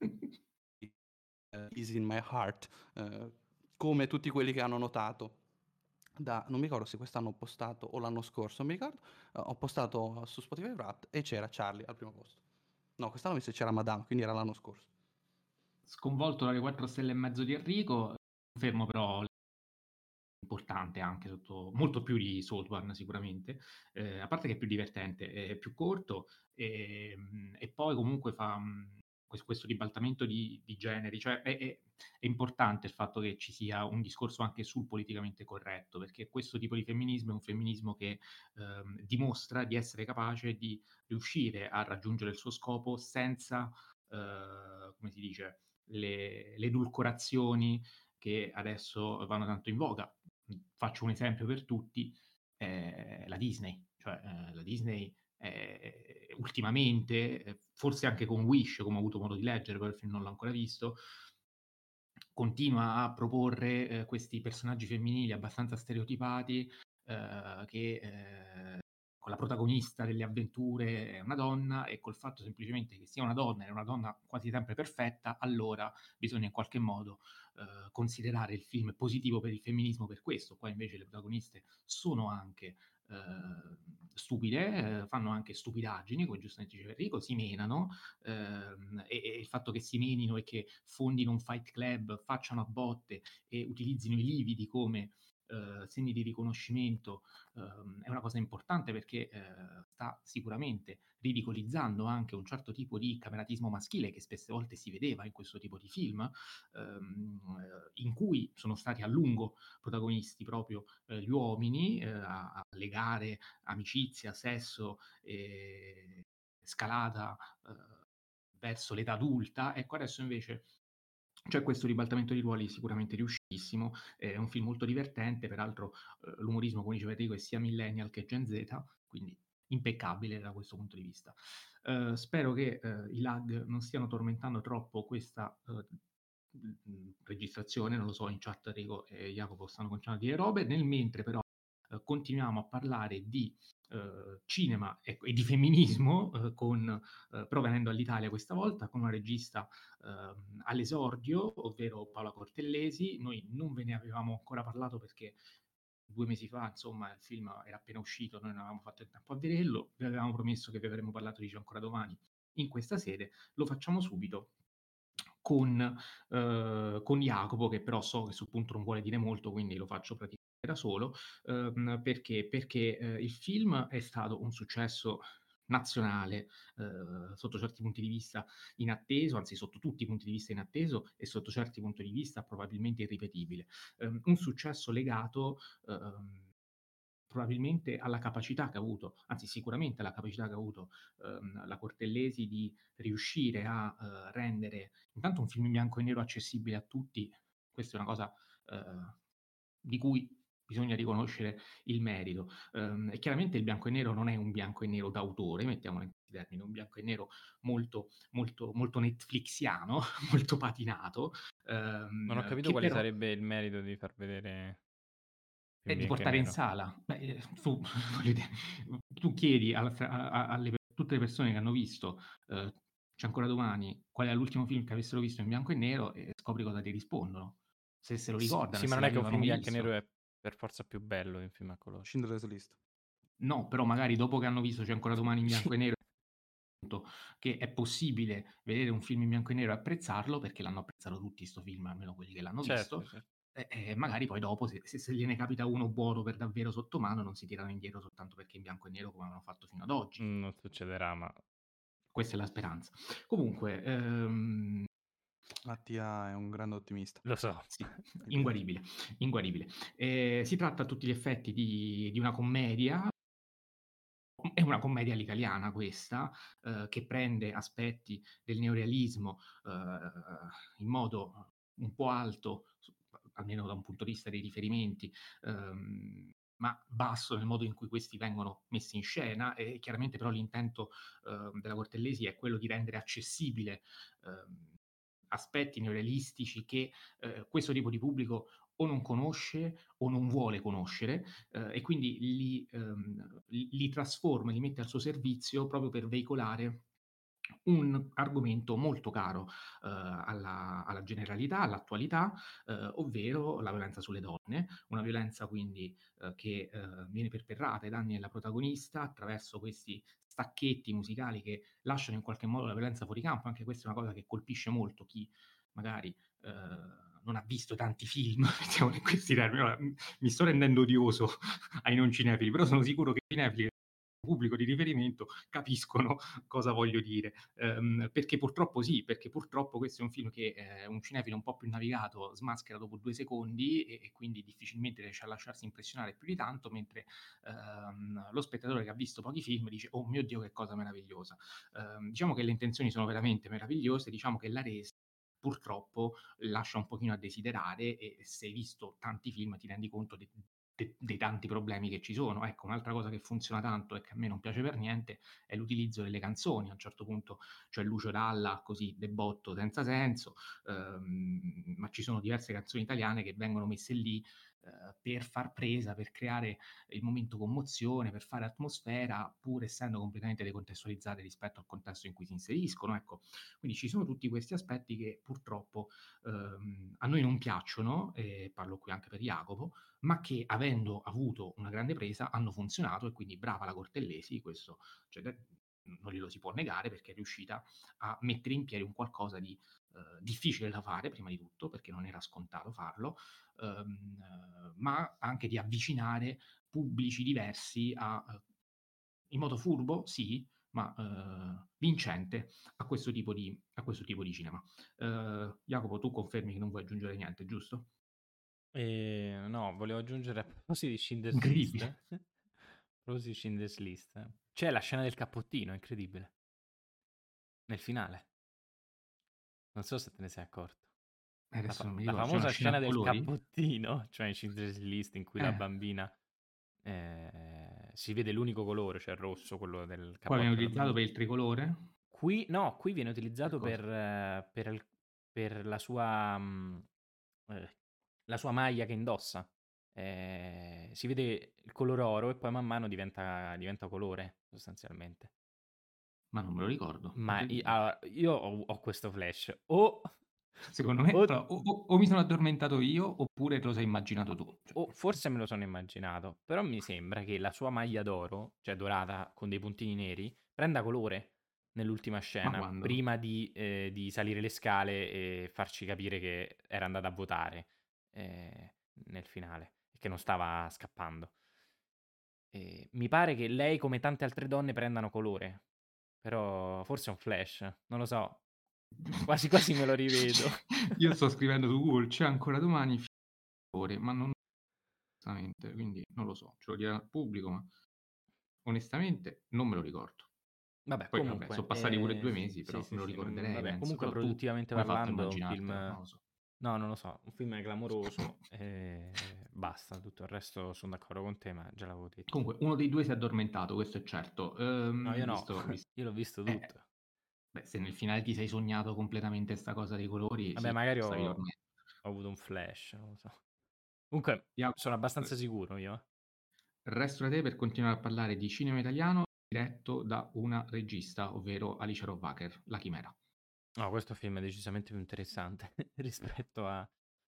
eh, is in my heart, eh, come tutti quelli che hanno notato. Da, non mi ricordo se quest'anno ho postato o l'anno scorso, non mi ricordo, eh, ho postato su Spotify Wrapped e c'era Charlie al primo posto. No, quest'anno mi sa c'era Madame, quindi era l'anno scorso. Sconvolto dalle quattro stelle e mezzo di Enrico, confermo però importante anche sotto molto più di Saltburn sicuramente, eh, a parte che è più divertente, è più corto e, e poi comunque fa mh, questo, questo ribaltamento di, di generi, cioè è, è- è importante il fatto che ci sia un discorso anche sul politicamente corretto, perché questo tipo di femminismo è un femminismo che ehm, dimostra di essere capace di riuscire a raggiungere il suo scopo senza, eh, come si dice, le, le edulcorazioni che adesso vanno tanto in voga. Faccio un esempio per tutti, eh, la Disney, cioè eh, la Disney eh, ultimamente, eh, forse anche con Wish, come ho avuto modo di leggere, poi il film non l'ho ancora visto, continua a proporre eh, questi personaggi femminili abbastanza stereotipati, eh, che eh, con la protagonista delle avventure è una donna e col fatto semplicemente che sia una donna e una donna quasi sempre perfetta, allora bisogna in qualche modo eh, considerare il film positivo per il femminismo per questo. Qua invece le protagoniste sono anche eh, stupide, eh, fanno anche stupidaggini, come giustamente diceva Enrico, si menano, ehm, e, e il fatto che si menino e che fondino un fight club, facciano a botte e utilizzino i lividi come eh, segni di riconoscimento, ehm, è una cosa importante perché eh, sta sicuramente ridicolizzando anche un certo tipo di cameratismo maschile che spesse volte si vedeva in questo tipo di film, ehm, eh, in cui sono stati a lungo protagonisti proprio eh, gli uomini, eh, a, a legare amicizia, sesso, e scalata eh, verso l'età adulta. Ecco, adesso invece c'è questo ribaltamento di ruoli sicuramente riuscitissimo, è un film molto divertente, peraltro eh, l'umorismo, come diceva Enrico, è sia millennial che Gen Z, quindi impeccabile da questo punto di vista. Eh, spero che eh, i lag non stiano tormentando troppo questa eh, registrazione, non lo so, in chat Enrico e Jacopo stanno continuando a dire robe, nel mentre però eh, continuiamo a parlare di eh, cinema e, e di femminismo, eh, con, eh, però venendo all'Italia questa volta con una regista ehm, all'esordio, ovvero Paola Cortellesi. Noi non ve ne avevamo ancora parlato perché due mesi fa, insomma, il film era appena uscito, noi non avevamo fatto il tempo a vederlo, vi avevamo promesso che vi avremmo parlato di C'è ancora domani in questa sede, lo facciamo subito con, eh, con Jacopo, che però so che sul punto non vuole dire molto, quindi lo faccio praticamente da solo, ehm, perché, perché eh, il film è stato un successo nazionale, eh, sotto certi punti di vista inatteso, anzi sotto tutti i punti di vista inatteso e sotto certi punti di vista probabilmente irripetibile. Um, un successo legato um, probabilmente alla capacità che ha avuto, anzi sicuramente alla capacità che ha avuto um, la Cortellesi di riuscire a uh, rendere intanto un film in bianco e nero accessibile a tutti. Questa è una cosa uh, di cui bisogna riconoscere il merito. Um, e chiaramente il bianco e nero non è un bianco e nero d'autore, mettiamolo in questi termini, è un bianco e nero molto, molto, molto netflixiano, molto patinato. Um, Non ho capito quale però... sarebbe il merito di far vedere è di portare in sala. Beh, tu, tu chiedi alla, a, alle tutte le persone che hanno visto eh, C'è ancora domani, qual è l'ultimo film che avessero visto in bianco e nero e scopri cosa ti rispondono. Se se lo ricordano. Sì, sì, ma non è che un film bianco e nero è per forza più bello di un film a colori. Schindler's List. No, però magari dopo che hanno visto C'è ancora domani in bianco e nero che è possibile vedere un film in bianco e nero e apprezzarlo, perché l'hanno apprezzato tutti sto film, almeno quelli che l'hanno certo, visto. certo. E, e magari poi dopo, se, se, se gliene capita uno buono per davvero sotto mano, non si tirano indietro soltanto perché in bianco e nero come hanno fatto fino ad oggi. Mm, non succederà, ma... Questa è la speranza. Comunque... Ehm... Mattia è un grande ottimista. Lo so. Sì, inguaribile, inguaribile. Eh, si tratta a tutti gli effetti di, di una commedia. È una commedia all'italiana questa, eh, che prende aspetti del neorealismo eh, in modo un po' alto, almeno da un punto di vista dei riferimenti, ehm, ma basso nel modo in cui questi vengono messi in scena, e chiaramente però l'intento eh, della Cortellesi è quello di rendere accessibile eh, aspetti neorealistici che eh, questo tipo di pubblico o non conosce o non vuole conoscere, eh, e quindi li, ehm, li, li trasforma, li mette al suo servizio proprio per veicolare un argomento molto caro eh, alla, alla generalità, all'attualità, eh, ovvero la violenza sulle donne, una violenza quindi eh, che eh, viene perpetrata ai danni della protagonista attraverso questi stacchetti musicali che lasciano in qualche modo la violenza fuori campo. Anche questa è una cosa che colpisce molto chi magari eh, non ha visto tanti film, mettiamo in questi termini. Ora, mi sto rendendo odioso ai non cinefili, però sono sicuro che i cinefili, pubblico di riferimento, capiscono cosa voglio dire, ehm, perché purtroppo sì, perché purtroppo questo è un film che eh, un cinefilo un po' più navigato smaschera dopo due secondi e, e quindi difficilmente riesce a lasciarsi impressionare più di tanto, mentre ehm, lo spettatore che ha visto pochi film dice oh mio Dio che cosa meravigliosa. Ehm, diciamo che le intenzioni sono veramente meravigliose, diciamo che la resa purtroppo lascia un pochino a desiderare, e se hai visto tanti film ti rendi conto di De, dei tanti problemi che ci sono. Ecco, un'altra cosa che funziona tanto e che a me non piace per niente è l'utilizzo delle canzoni. A un certo punto c'è Lucio Dalla, così de botto, senza senso, ehm, ma ci sono diverse canzoni italiane che vengono messe lì eh, per far presa, per creare il momento commozione, per fare atmosfera, pur essendo completamente decontestualizzate rispetto al contesto in cui si inseriscono. Ecco, quindi ci sono tutti questi aspetti che purtroppo ehm, a noi non piacciono, e parlo qui anche per Jacopo, ma che avendo avuto una grande presa hanno funzionato, e quindi brava la Cortellesi, questo cioè, non glielo si può negare, perché è riuscita a mettere in piedi un qualcosa di eh, difficile da fare, prima di tutto, perché non era scontato farlo, ehm, ma anche di avvicinare pubblici diversi a, in modo furbo, sì, ma eh, vincente a questo tipo di, a questo tipo di cinema. Eh, Jacopo, tu confermi che non vuoi aggiungere niente, giusto? E, no, volevo aggiungere a proposito di Schindler's Incredibile. List. A proposito di Schindler's List. C'è la scena del cappottino, incredibile. Nel finale. Non so se te ne sei accorto. Eh, La, fa- non mi la ricordo, c'è famosa una scena scena a del colori? cappottino, cioè in Schindler's List, in cui la Eh, bambina eh, si vede l'unico colore, cioè il rosso, quello del qua viene cappotto della utilizzato bambina. per il tricolore? Qui, no, qui viene Per utilizzato cosa? per, eh, per, il- per la sua, mm, eh, la sua maglia che indossa. eh, si vede il colore oro e poi man mano diventa, diventa colore, sostanzialmente. Ma non me lo ricordo, Ma i- incredibile. allora, io ho, ho questo flash. O, Secondo me, o- però, o, o- o mi sono addormentato io oppure te lo sei immaginato tu. Cioè, o forse me lo sono immaginato, però mi sembra che la sua maglia d'oro, cioè dorata con dei puntini neri, prenda colore nell'ultima ma scena, quando? prima di, eh, di salire le scale e farci capire che era andata a votare eh, nel finale e che non stava scappando. E mi pare che lei, come tante altre donne, prendano colore, però forse è un flash, non lo so, quasi quasi me lo rivedo. Io sto scrivendo su Google, c'è ancora domani, fiore, ma non onestamente, quindi non lo so, ce lo dirà al pubblico, ma onestamente non me lo ricordo. Vabbè, Poi vabbè, comunque, sono passati pure due eh, mesi, sì, però sì, me lo sì, mm, ricorderei, vabbè, penso. comunque Però tu produttivamente come hai fatto a parlando è un film, immaginartelo? Non lo so. no, non lo so, un film clamoroso, e basta, tutto il resto sono d'accordo con te, ma già l'avevo detto. Comunque, uno dei due si è addormentato, questo è certo. No, io Ehm, no, visto, visto- io l'ho visto eh, tutto. beh, se nel finale ti sei sognato completamente sta cosa dei colori, Vabbè, sì, magari stavi ho, dormendo. ho avuto un flash, non lo so. Comunque, sono Jacopo, abbastanza sicuro io. eh. resto da te per continuare a parlare di cinema italiano diretto da una regista, ovvero Alice Rohrwacher, La Chimera. No, questo film è decisamente più interessante rispetto a,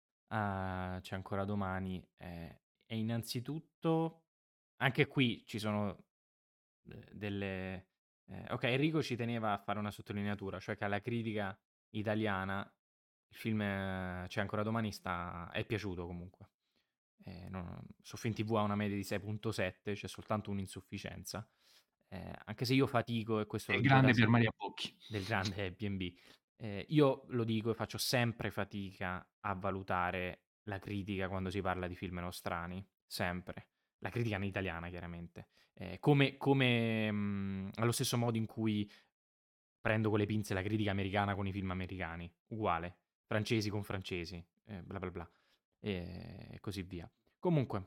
a C'è ancora domani. eh, e innanzitutto, anche qui ci sono eh, delle... eh, ok, Enrico ci teneva a fare una sottolineatura, cioè che alla critica italiana il film eh, C'è ancora domani sta... è piaciuto comunque. Eh, non- su Film T V ha una media di sei virgola sette, c'è soltanto un'insufficienza. Eh, anche se io fatico, e questo È lo dico da grande per sempre, Maria Bocchi. del grande B and B. Eh, io lo dico e faccio sempre fatica a valutare la critica quando si parla di film nostrani, sempre. La critica in italiana, chiaramente. Eh, come, come mh, allo stesso modo in cui prendo con le pinze la critica americana con i film americani, uguale. Francesi con francesi, eh, bla bla bla, e così via. Comunque,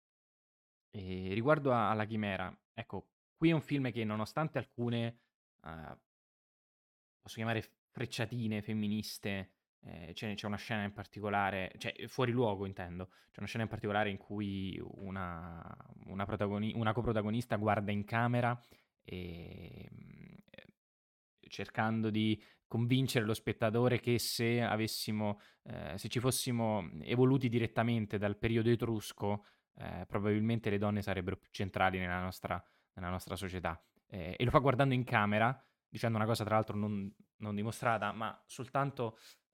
eh, riguardo a- alla Chimera, ecco, qui è un film che nonostante alcune eh, posso chiamare frecciatine femministe. Eh, c'è, c'è una scena in particolare, cioè fuori luogo intendo, c'è una scena in particolare in cui una, una, protagoni- una coprotagonista guarda in camera e mm, eh, cercando di convincere lo spettatore che se avessimo, eh, se ci fossimo evoluti direttamente dal periodo etrusco, eh, probabilmente le donne sarebbero più centrali nella nostra, nella nostra società. Eh, e lo fa guardando in camera, dicendo una cosa tra l'altro non, non dimostrata, ma soltanto,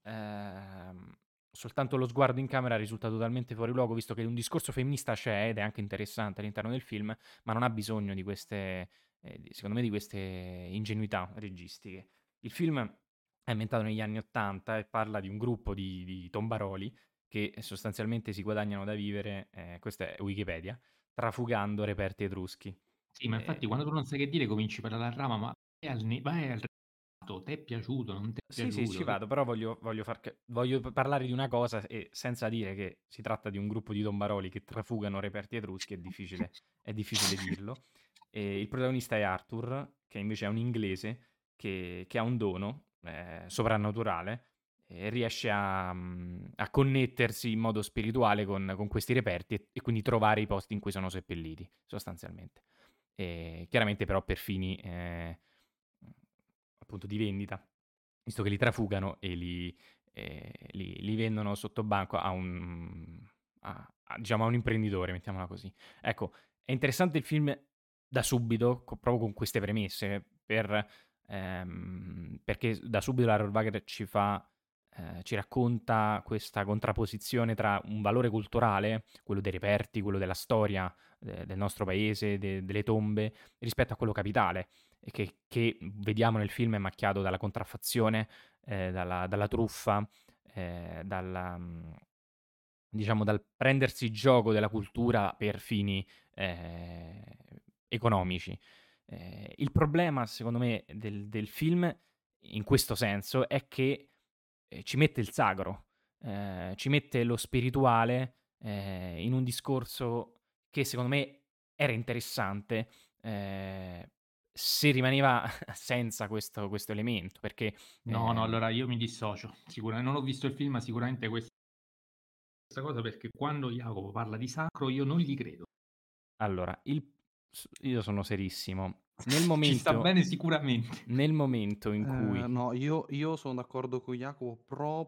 ehm, soltanto lo sguardo in camera risulta totalmente fuori luogo, visto che un discorso femminista c'è ed è anche interessante all'interno del film, ma non ha bisogno di queste, eh, di- secondo me, di queste ingenuità registiche. Il film è ambientato negli anni ottanta e parla di un gruppo di, di tombaroli che sostanzialmente si guadagnano da vivere, eh, questa è Wikipedia, trafugando reperti etruschi. Sì, ma infatti Eh, quando tu non sai che dire cominci per la rama, ma vai al, ne- vai al renato, ti è piaciuto, non ti è Sì, sì, ci piaciuto? Che- vado, però voglio, voglio, far ca- voglio p- parlare di una cosa e senza dire che si tratta di un gruppo di tombaroli che trafugano reperti etruschi è difficile, è difficile dirlo. E il protagonista è Arthur, che invece è un inglese che, che ha un dono eh, soprannaturale e riesce a, mm, a connettersi in modo spirituale con, con questi reperti e, e quindi trovare i posti in cui sono seppelliti, sostanzialmente. E chiaramente però per fini eh, appunto di vendita, visto che li trafugano e li, eh, li, li vendono sotto banco a un, a, a- diciamo a un imprenditore, mettiamola così. Ecco, è interessante il film da subito, co- proprio con queste premesse, per, ehm, perché da subito la Rohrwacher ci fa, eh, ci racconta questa contrapposizione tra un valore culturale, quello dei reperti, quello della storia eh, del nostro paese, de- delle tombe, rispetto a quello capitale, e che, che vediamo nel film è macchiato dalla contraffazione, eh, dalla, dalla truffa, eh, dalla, mm, diciamo, dal prendersi gioco della cultura per fini eh, economici. Eh, il problema, secondo me, del, del film, in questo senso, è che eh, ci mette il sacro, eh, ci mette lo spirituale eh, in un discorso che, secondo me, era interessante eh, se rimaneva senza questo, questo elemento, perché No, no, ehm, allora io mi dissocio, sicuramente non ho visto il film, ma sicuramente questo questa cosa perché quando Jacopo parla di sacro io non gli credo. Allora, il s io sono serissimo. Nel Ci sta momento bene sicuramente. nel momento in cui Eh, no, io, io sono d'accordo con Jacopo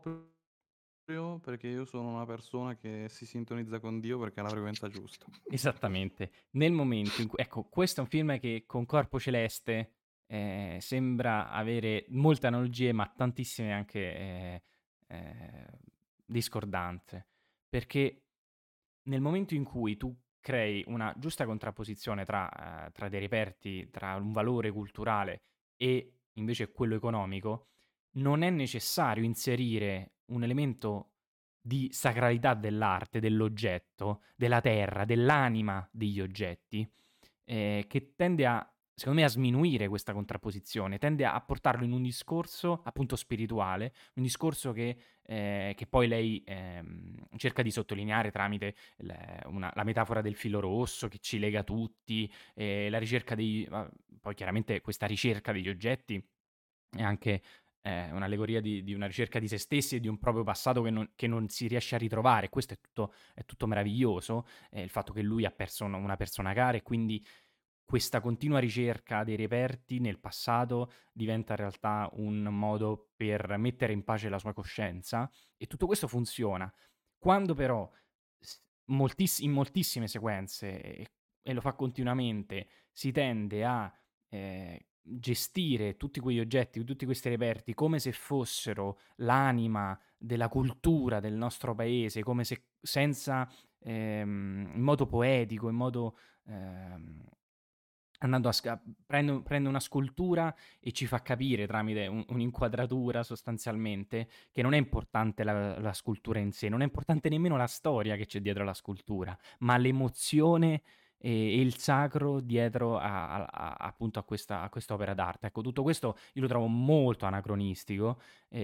proprio perché io sono una persona che si sintonizza con Dio perché è la frequenza giusta. Esattamente. Nel momento in cui ecco, questo è un film che con Corpo Celeste, ehm, sembra avere molte analogie, ma tantissime anche, ehm, ehm, discordanze. Perché nel momento in cui tu crei una giusta contrapposizione tra, ehm, tra dei reperti, tra un valore culturale e invece quello economico, non è necessario inserire un elemento di sacralità dell'arte, dell'oggetto, della terra, dell'anima degli oggetti, ehm, che tende a secondo me a sminuire questa contrapposizione, tende a portarlo in un discorso appunto spirituale, un discorso che ehm, che poi lei, ehm, cerca di sottolineare tramite l una la metafora del filo rosso che ci lega tutti, ehm, la ricerca dei va poi chiaramente questa ricerca degli oggetti è anche, ehm, un'allegoria di di una ricerca di se stessi e di un proprio passato che non che non si riesce a ritrovare. Questo è tutto è tutto meraviglioso, ehm, il fatto che lui ha perso un una persona cara e quindi questa continua ricerca dei reperti nel passato diventa in realtà un modo per mettere in pace la sua coscienza e tutto questo funziona. Quando però s moltiss in moltissime sequenze, e e lo fa continuamente, si tende a, ehm, gestire tutti quegli oggetti, tutti questi reperti come se fossero l'anima della cultura del nostro paese, come se senza ehm, in modo poetico, in modo, ehm andando a sca prende prende una scultura e ci fa capire tramite un un'inquadratura sostanzialmente che non è importante la la scultura in sé, non è importante nemmeno la storia che c'è dietro la scultura, ma l'emozione e e il sacro dietro a a a appunto a questa a quest'opera d'arte. Ecco, tutto questo io lo trovo molto anacronistico,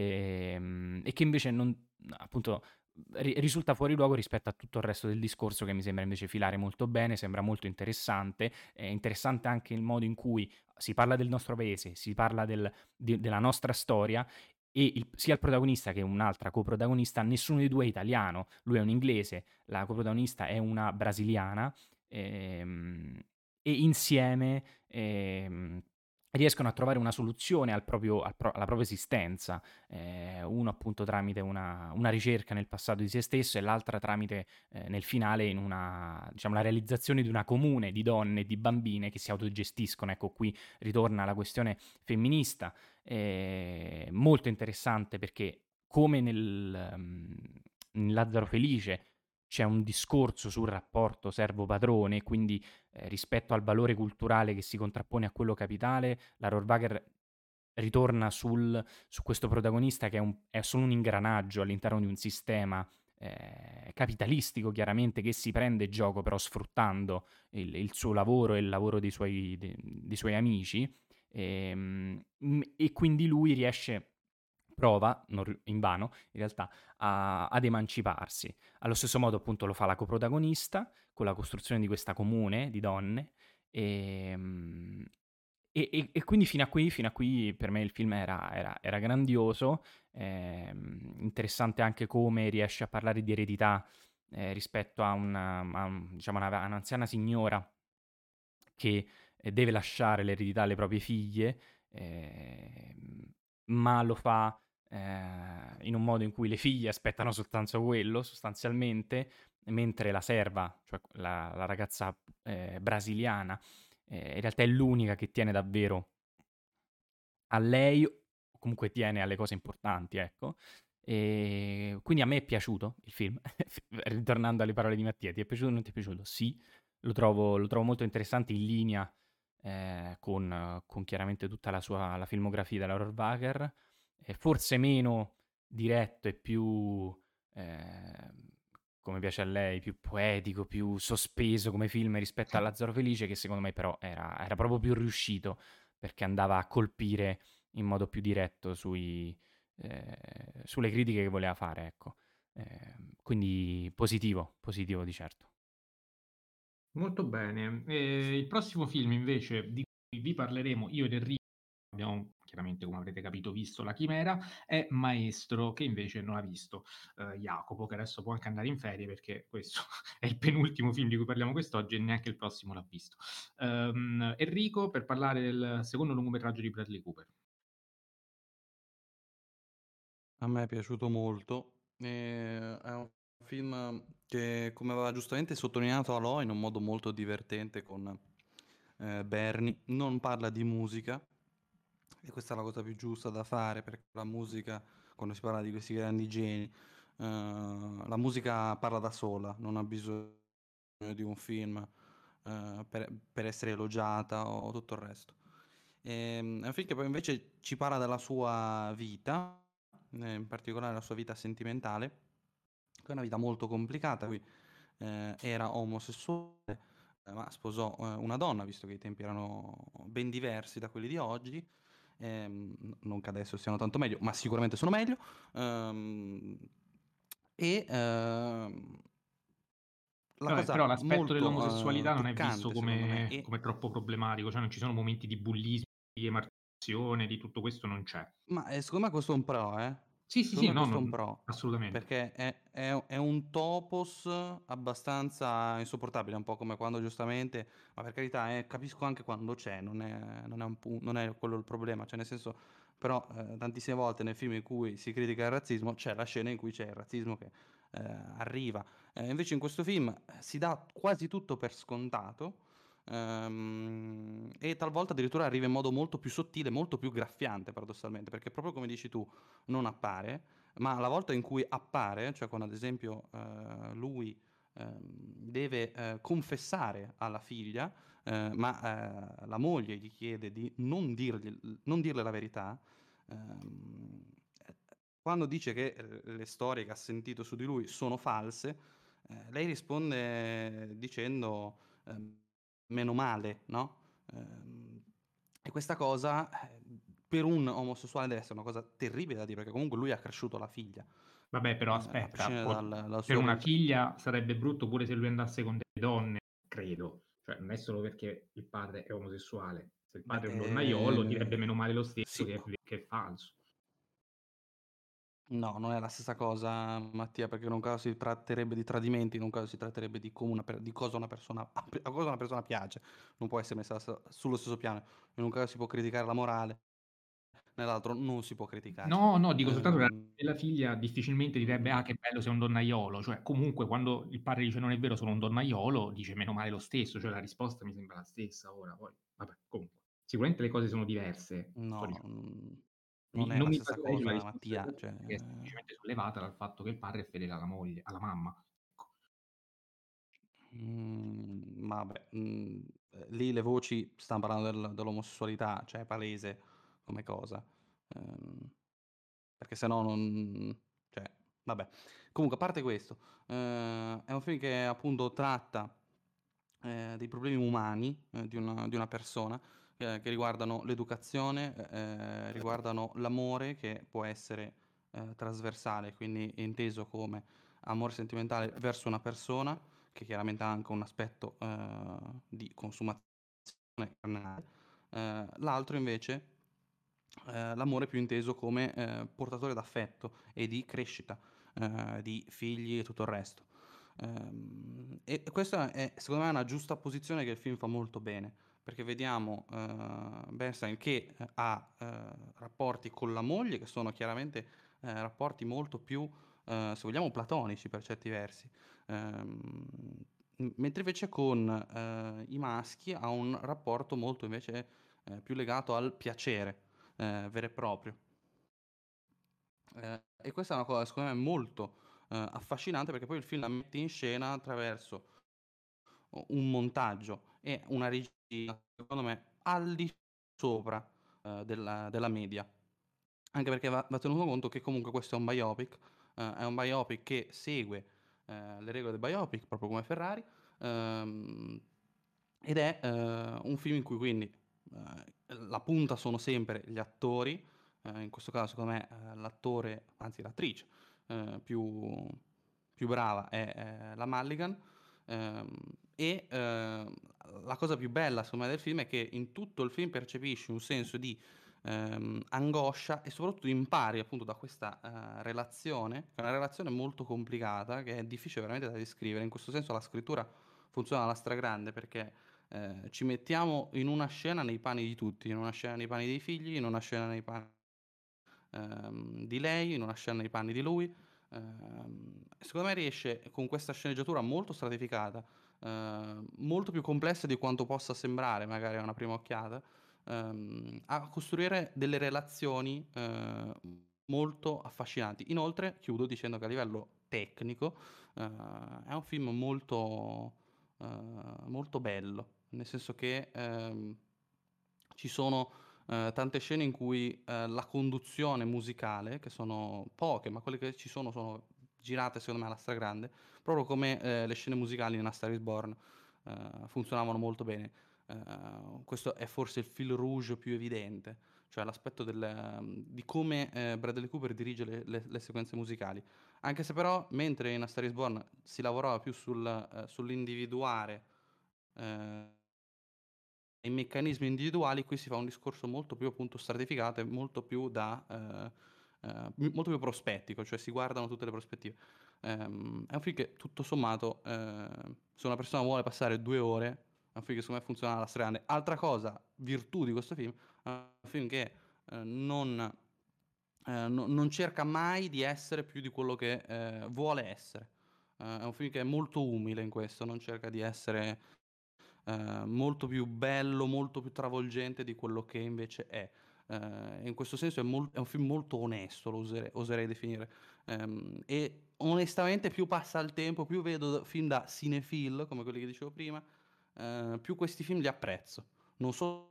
ehm, e che invece non appunto ri risulta fuori luogo rispetto a tutto il resto del discorso che mi sembra invece filare molto bene, sembra molto interessante. È interessante anche il modo in cui si parla del nostro paese, si parla del di della nostra storia e il sia il protagonista che un'altra coprotagonista, nessuno dei due è italiano. Lui è un inglese, la coprotagonista è una brasiliana, ehm, e insieme, ehm, riescono a trovare una soluzione al proprio al pro alla propria esistenza. Ehm, uno appunto tramite una una ricerca nel passato di se stesso e l'altra tramite ehm, nel finale in una diciamo la realizzazione di una comune di donne e di bambine che si autogestiscono. Ecco, qui ritorna la questione femminista, ehm, molto interessante perché come nel mhmm, in Lazzaro Felice c'è un discorso sul rapporto servo-padrone, quindi, ehm, rispetto al valore culturale che si contrappone a quello capitale, la Rohrwacher ritorna sul su questo protagonista che è un è solo un ingranaggio all'interno di un sistema, ehm, capitalistico chiaramente, che si prende gioco però sfruttando il il suo lavoro e il lavoro dei suoi de dei suoi amici, ehm, mhmm, e quindi lui riesce prova, non ri invano in realtà, a ad emanciparsi. Allo stesso modo appunto lo fa la coprotagonista, con la costruzione di questa comune di donne, ehm e e e quindi fino a qui fino a qui per me il film era era era grandioso, ehm, interessante anche come riesce a parlare di eredità, ehm, rispetto a un a un diciamo una a un'anziana signora che, ehm, deve lasciare l'eredità alle proprie figlie, ehm, ma lo fa, ehm, in un modo in cui le figlie aspettano soltanto quello sostanzialmente, mentre la serva, cioè la la ragazza, ehm, brasiliana, ehm, in realtà è l'unica che tiene davvero a lei, o comunque tiene alle cose importanti, ecco. Ehm, quindi a me è piaciuto il film, ritornando alle parole di Mattia: "Ti è piaciuto o non ti è piaciuto?" Sì, lo trovo lo trovo molto interessante, in linea, ehm, con con chiaramente tutta la sua la filmografia della Rohrwacher, e forse meno diretto e più, ehm, come piace a lei, più poetico, più sospeso come film rispetto a Lazzaro Felice, che secondo me però era era proprio più riuscito, perché andava a colpire in modo più diretto sui ehm, sulle critiche che voleva fare, ecco. Ehm, quindi positivo, positivo di certo. Molto bene. E il prossimo film invece di cui vi parleremo io ed Enrico, abbiamo chiaramente, come avrete capito, visto La Chimera, e Maestro, che invece non ha visto eh, Jacopo, che adesso può anche andare in ferie perché questo è il penultimo film di cui parliamo quest'oggi e neanche il prossimo l'ha visto. Um, Enrico, per parlare del secondo lungometraggio di Bradley Cooper. A me è piaciuto molto. E è un film che, come aveva giustamente sottolineato Alò in un modo molto divertente con eh, Bernie, non parla di musica, e questa è la cosa più giusta da fare, perché la musica, quando si parla di questi grandi geni, eh, la musica parla da sola, non ha bisogno di un film eh, per, per essere elogiata o tutto il resto. Ehm, È un film che poi invece ci parla della sua vita, eh, in particolare la sua vita sentimentale, che è una vita molto complicata. Lui eh, era omosessuale, eh, ma sposò eh, una donna, visto che i tempi erano ben diversi da quelli di oggi. Ehm, non che adesso siano tanto meglio, ma sicuramente sono meglio. Ehm, e ehm, la Vabbè, però cosa l'aspetto molto eh, dell'omosessualità non è visto toccante, secondo me, come, e come troppo problematico, cioè non ci sono momenti di bullismo, di emarginazione, di tutto questo non c'è. ma eh, secondo me questo è un pro, eh. Sì, sì, Secondo sì, me no, questo è un no, pro, assolutamente. perché è, è- è un topos abbastanza insopportabile, un po' come quando giustamente, ma per carità, eh, capisco anche quando c'è, non è, non è un pu- non è quello il problema, cioè nel senso, però eh, tantissime volte nei film in cui si critica il razzismo c'è la scena in cui c'è il razzismo che eh, arriva. Eh, invece in questo film eh, si dà quasi tutto per scontato. Ehm, e talvolta addirittura arriva in modo molto più sottile, molto più graffiante paradossalmente, perché proprio come dici tu non appare, ma la volta in cui appare, cioè quando ad esempio eh, lui ehm, deve eh, confessare alla figlia, eh, ma eh, la moglie gli chiede di non dirgli, non dirle la verità, ehm, quando dice che eh, le storie che ha sentito su di lui sono false, eh, lei risponde dicendo ehm, meno male, no? Ehm, e questa cosa eh, per un omosessuale deve essere una cosa terribile da dire, perché comunque lui ha cresciuto la figlia, Vabbè, però eh, a aspetta, prescindere po- dal, dal per suo una orientamento. figlia sarebbe brutto pure se lui andasse con delle donne, credo. Cioè, non è solo perché il padre è omosessuale. Se il Beh, padre è un donnaiolo, direbbe eh, meno male lo stesso sì, che, che è falso. no, non è la stessa cosa, Mattia, perché in un caso si tratterebbe di tradimenti, in un caso si tratterebbe di, come una per- di cosa una persona, a cosa una persona piace, non può essere messa sta- sullo stesso piano. In un caso si può criticare la morale, nell'altro non si può criticare. No, no, dico soltanto che Ehm, la figlia difficilmente direbbe, ah, che bello sei un donnaiolo. Cioè, comunque, quando il padre dice non è vero, sono un donnaiolo, dice meno male lo stesso. Cioè, la risposta mi sembra la stessa ora. Poi, vabbè, comunque. Sicuramente le cose sono diverse. Sto no, dicendo. mm, non Mi- è non la mi stessa baserei sulla cosa, risposta Mattia, della cioè, figlia, che è semplicemente sollevata dal fatto che il padre è fedele alla moglie, alla mamma. Ecco. mm, vabbè, mm, eh, lì le voci stanno parlando del- dell'omosessualità, cioè è palese come cosa. Ehm, Perché se no non... cioè, vabbè. Comunque, a parte questo, eh, è un film che appunto tratta eh, dei problemi umani eh, di una, di una persona eh, che riguardano l'educazione, eh, riguardano l'amore che può essere eh, trasversale, quindi inteso come amore sentimentale verso una persona, che chiaramente ha anche un aspetto eh, di consumazione carnale. Eh, l'altro invece eh, l'amore più inteso come eh, portatore d'affetto e di crescita, eh, di figli e tutto il resto. Ehm, e questa è secondo me una giusta posizione che il film fa molto bene, perché vediamo eh, Bernstein che eh, ha eh, rapporti con la moglie che sono chiaramente eh, rapporti molto più, eh, se vogliamo, platonici per certi versi. Ehm, m- Mentre invece con eh, i maschi ha un rapporto molto invece eh, più legato al piacere eh, vero e proprio. Eh, e questa è una cosa, secondo me, molto eh, affascinante, perché poi il film la mette in scena attraverso un montaggio e una regia, secondo me, al di sopra eh, della, della media. Anche perché va, va tenuto conto che comunque questo è un biopic, eh, è un biopic che segue eh, le regole del biopic, proprio come Ferrari, ehm, ed è eh, un film in cui quindi eh, la punta sono sempre gli attori, eh, in questo caso secondo me eh, l'attore, anzi l'attrice eh, più, più brava è eh, la Mulligan, ehm, e eh, la cosa più bella secondo me del film è che in tutto il film percepisci un senso di ehm, angoscia e soprattutto impari appunto da questa eh, relazione, che è una relazione molto complicata, che è difficile veramente da descrivere. In questo senso la scrittura funziona alla stragrande perché eh, ci mettiamo in una scena nei panni di tutti, in una scena nei panni dei figli, in una scena nei panni ehm, di lei, in una scena nei panni di lui. Ehm, secondo me riesce con questa sceneggiatura molto stratificata, ehm, molto più complessa di quanto possa sembrare magari a una prima occhiata, ehm, a costruire delle relazioni eh, molto affascinanti. Inoltre, chiudo dicendo che a livello tecnico eh, è un film molto, eh, molto bello, nel senso che ehm, ci sono eh, tante scene in cui eh, la conduzione musicale, che sono poche, ma quelle che ci sono sono girate secondo me alla stragrande, proprio come eh, le scene musicali in A Star is Born eh, funzionavano molto bene. Eh, questo è forse il fil rouge più evidente, cioè l'aspetto del- di come eh, Bradley Cooper dirige le, le- le sequenze musicali. Anche se però, mentre in A Star is Born si lavorava più sul, eh, sull'individuare eh, i meccanismi individuali, qui si fa un discorso molto più appunto stratificato e molto più da eh, eh, m- molto più prospettico, cioè si guardano tutte le prospettive. Ehm, è un film che tutto sommato, eh, se una persona vuole passare due ore, è un film che secondo me funziona alla stragrande. Altra cosa, virtù di questo film, è un film che eh, non, eh, no- non cerca mai di essere più di quello che eh, vuole essere. Eh, è un film che è molto umile in questo, non cerca di essere eh, molto più bello, molto più travolgente di quello che invece è. Eh, in questo senso è, mol- è un film molto onesto, lo userei, oserei definire. Ehm, e onestamente più passa il tempo, più vedo film da cinefil, come quelli che dicevo prima, eh, più questi film li apprezzo. Non so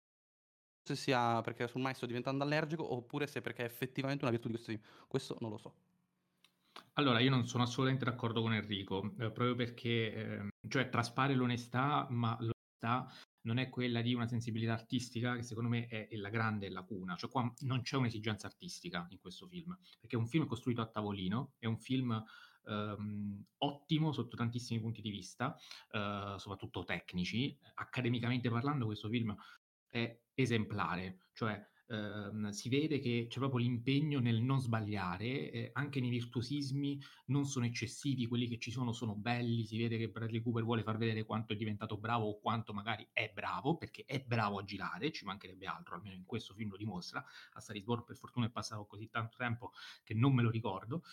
se sia perché ormai sto diventando allergico oppure se è perché è effettivamente una virtù di questo film. Questo non lo so. Allora, io non sono assolutamente d'accordo con Enrico, eh, proprio perché, ehm, cioè, traspare l'onestà, ma l'onestà non è quella di una sensibilità artistica, che secondo me è, è la grande lacuna. Cioè, qua non c'è un'esigenza artistica in questo film, perché è un film costruito a tavolino, è un film ehm, ottimo sotto tantissimi punti di vista, eh, soprattutto tecnici. Accademicamente parlando, questo film è esemplare, cioè ehm, si vede che c'è proprio l'impegno nel non sbagliare, eh, anche nei virtuosismi non sono eccessivi, quelli che ci sono sono belli, si vede che Bradley Cooper vuole far vedere quanto è diventato bravo o quanto magari è bravo, perché è bravo a girare, ci mancherebbe altro, almeno in questo film lo dimostra. A Star is Born per fortuna è passato così tanto tempo che non me lo ricordo.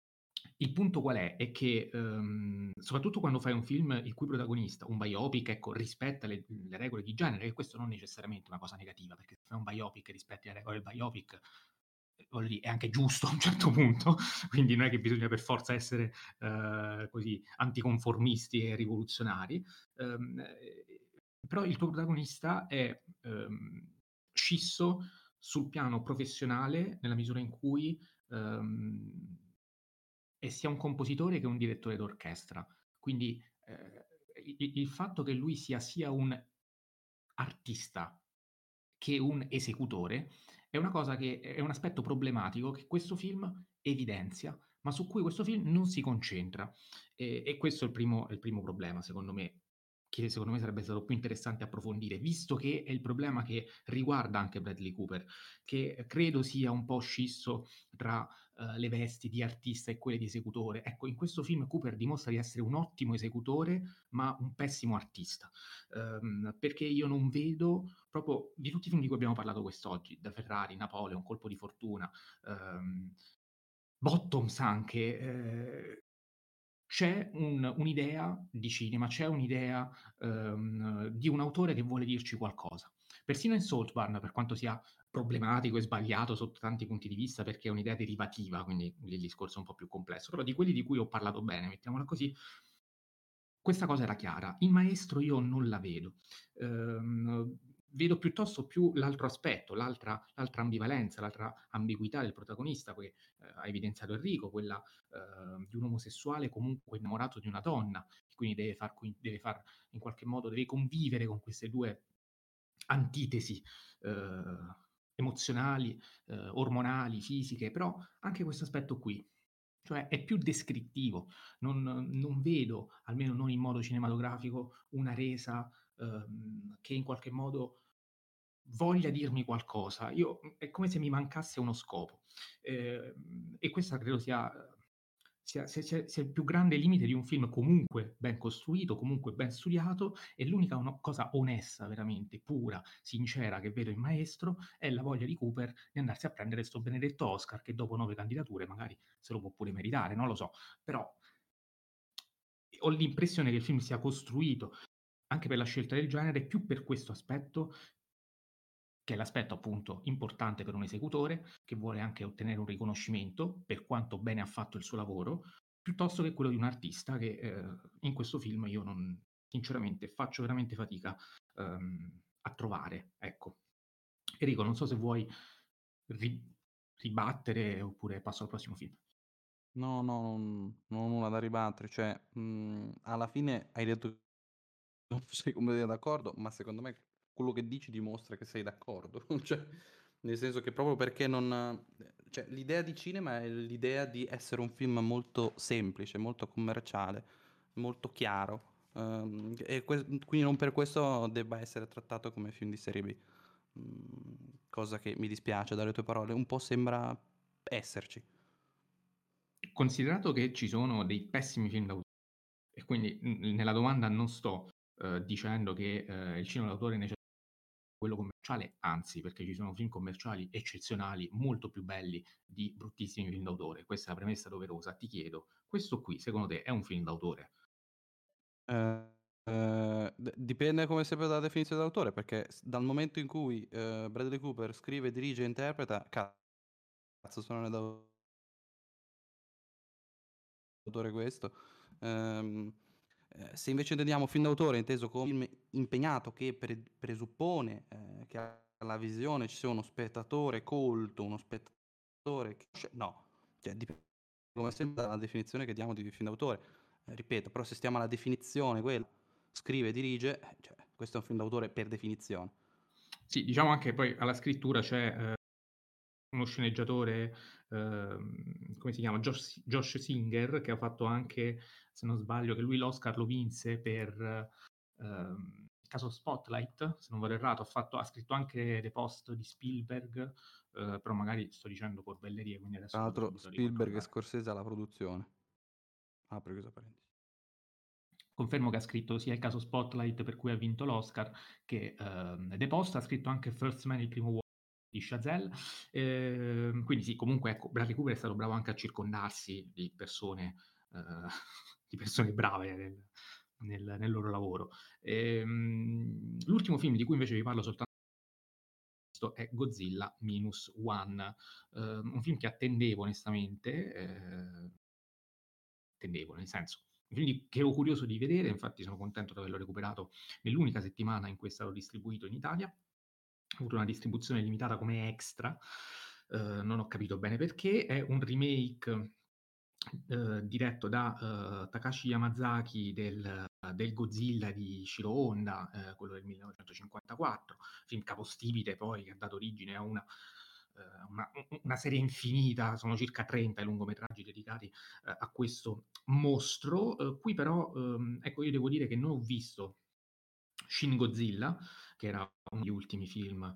Il punto qual è? È che, ehm, soprattutto quando fai un film il cui protagonista, un biopic, ecco, rispetta le, le regole di genere, e questo non è necessariamente una cosa negativa, perché se fai un biopic e rispetti le regole del biopic, eh, voglio dire, è anche giusto a un certo punto, quindi non è che bisogna per forza essere eh, così anticonformisti e rivoluzionari. Ehm, eh, però il tuo protagonista è ehm, scisso sul piano professionale nella misura in cui ehm, è sia un compositore che un direttore d'orchestra. Quindi eh, il, il fatto che lui sia sia un artista che un esecutore è una cosa che è un aspetto problematico che questo film evidenzia, ma su cui questo film non si concentra. E, e questo è il primo, è il primo problema, secondo me, che secondo me sarebbe stato più interessante approfondire, visto che è il problema che riguarda anche Bradley Cooper, che credo sia un po' scisso tra eh, le vesti di artista e quelle di esecutore. Ecco, in questo film Cooper dimostra di essere un ottimo esecutore, ma un pessimo artista, ehm, perché io non vedo proprio di tutti i film di cui abbiamo parlato quest'oggi, da Ferrari, Napoleon, Colpo di fortuna, ehm, Bottoms anche, eh, c'è un- un'idea di cinema, c'è un'idea ehm, di un autore che vuole dirci qualcosa. Persino in Saltburn, per quanto sia problematico e sbagliato sotto tanti punti di vista, perché è un'idea derivativa, quindi il discorso è un po' più complesso, però di quelli di cui ho parlato bene, mettiamola così, questa cosa era chiara. Il maestro io non la vedo. Ehm, vedo piuttosto più l'altro aspetto, l'altra, l'altra ambivalenza, l'altra ambiguità del protagonista che eh, ha evidenziato Enrico, quella eh, di un omosessuale comunque innamorato di una donna, che quindi deve far, deve far in qualche modo, deve convivere con queste due antitesi eh, emozionali, eh, ormonali, fisiche, però anche questo aspetto qui, cioè è più descrittivo, non, non vedo, almeno non in modo cinematografico, una resa ehm, che in qualche modo voglia dirmi qualcosa. Io è come se mi mancasse uno scopo. Ehm, e questa credo sia sia sia sia sia il più grande limite di un film comunque ben costruito, comunque ben studiato, e l'unica ono cosa onesta, veramente pura, sincera che vedo in Maestro è la voglia di Cooper di andarsi a prendere 'sto benedetto Oscar che dopo nove candidature magari se lo può pure meritare, non lo so, però ho l'impressione che il film sia costruito, anche per la scelta del genere, più per questo aspetto che è l'aspetto appunto importante per un esecutore, che vuole anche ottenere un riconoscimento per quanto bene ha fatto il suo lavoro, piuttosto che quello di un artista che, ehm, in questo film io non sinceramente faccio veramente fatica, ehm, a trovare, ecco. Enrico, non so se vuoi ri ribattere oppure passo al prossimo film. No, no, non non ho nulla da ribattere, cioè, mhmm, alla fine hai detto che non sei completamente d'accordo, ma secondo me quello che dici dimostra che sei d'accordo. Cioè, nel senso che proprio perché non ehm, cioè l'idea di cinema è l'idea di essere un film molto semplice, molto commerciale, molto chiaro, ehm, e que quindi non per questo debba essere trattato come film di serie B. Mhmm, cosa che mi dispiace dalle tue parole, un po' sembra esserci. Considerato che ci sono dei pessimi film d'autore e quindi, mhmm, nella domanda non sto, ehm, dicendo che, ehm, il cinema d'autore è nece quello commerciale, anzi, perché ci sono film commerciali eccezionali, molto più belli di bruttissimi film d'autore. Questa è la premessa doverosa. Ti chiedo, questo qui secondo te è un film d'autore? Ehm, ehm, d dipende come sempre dalla definizione d'autore, perché s dal momento in cui, ehm, Bradley Cooper scrive, dirige e interpreta, cazzo se non è d'autore questo. Ehm, ehm, se invece intendiamo film d'autore inteso come film impegnato che pre presuppone, ehm, che alla visione ci sia uno spettatore colto, uno spettatore che no, cioè dipende come sempre dalla definizione che diamo di film d'autore. Ehm, ripeto, però se stiamo alla definizione quella, scrive e dirige, eh, cioè questo è un film d'autore per definizione. Sì, diciamo anche poi alla scrittura c'è, ehm, uno sceneggiatore, ehm, come si chiama? Josh Josh Singer, che ha fatto anche, se non sbaglio, che lui l'Oscar lo vinse per, ehm, il caso Spotlight, se non vado errato, ha fatto ha scritto anche The Post di Spielberg, ehm, però magari sto dicendo corbellerie, quindi adesso Tra vado l'altro subito a Spielberg e ricontrollare. Scorsese alla produzione. Apro e chiuso parentesi. Confermo che ha scritto sia il caso Spotlight, per cui ha vinto l'Oscar, che, ehm, The Post, ha scritto anche First Man, il primo uomo di Chazelle. Ehm, quindi sì, comunque ecco, Bradley Cooper è stato bravo anche a circondarsi di persone, ehm, di persone brave nel nel nel loro lavoro. Ehm, l'ultimo film di cui invece vi parlo soltanto è Godzilla Minus One, ehm, un film che attendevo onestamente, ehm attendevo, nel senso, quindi che ero curioso di vedere, infatti sono contento di averlo recuperato nell'unica settimana in cui è stato distribuito in Italia. Ha avuto una distribuzione limitata come extra, ehm, non ho capito bene perché. È un remake, ehm, diretto da, ehm, Takashi Yamazaki del del Godzilla di Ishiro Honda, ehm, quello del millenovecentocinquantaquattro, film capostipite poi che ha dato origine a una ehm, una u u una serie infinita, sono circa trenta i lungometraggi dedicati, ehm, a questo mostro, uhm, qui però, uhm, ecco io devo dire che non ho visto Shin Godzilla, che era uno degli ultimi film,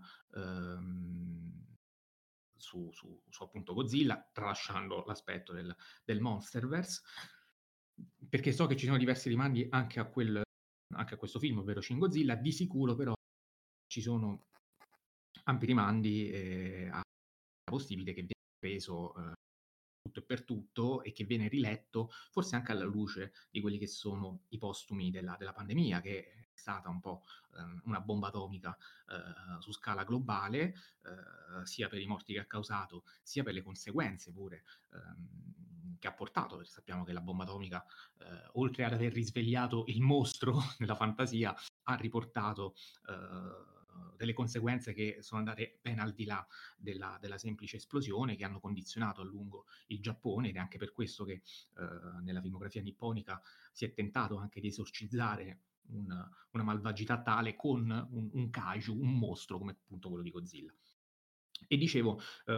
uhm, su su su appunto Godzilla, tralasciando l'aspetto del del Monsterverse, perché so che ci sono diversi rimandi anche a quel anche a questo film, ovvero Shin Godzilla. Di sicuro però ci sono ampi rimandi, ehm, a capostipite che viene preso, uhm, tutto e per tutto e che viene riletto forse anche alla luce di quelli che sono i postumi della della pandemia, che è stata un po', ehm, una bomba atomica, ehm, su scala globale, ehm, sia per i morti che ha causato, sia per le conseguenze pure, ehm, che ha portato. Perché sappiamo che la bomba atomica, ehm, oltre ad aver risvegliato il mostro nella fantasia, ha riportato, ehm, delle conseguenze che sono andate ben al di là della della semplice esplosione, che hanno condizionato a lungo il Giappone, ed è anche per questo che, ehm, nella filmografia nipponica si è tentato anche di esorcizzare un una malvagità tale con un un kaiju, un mostro come appunto quello di Godzilla. E dicevo,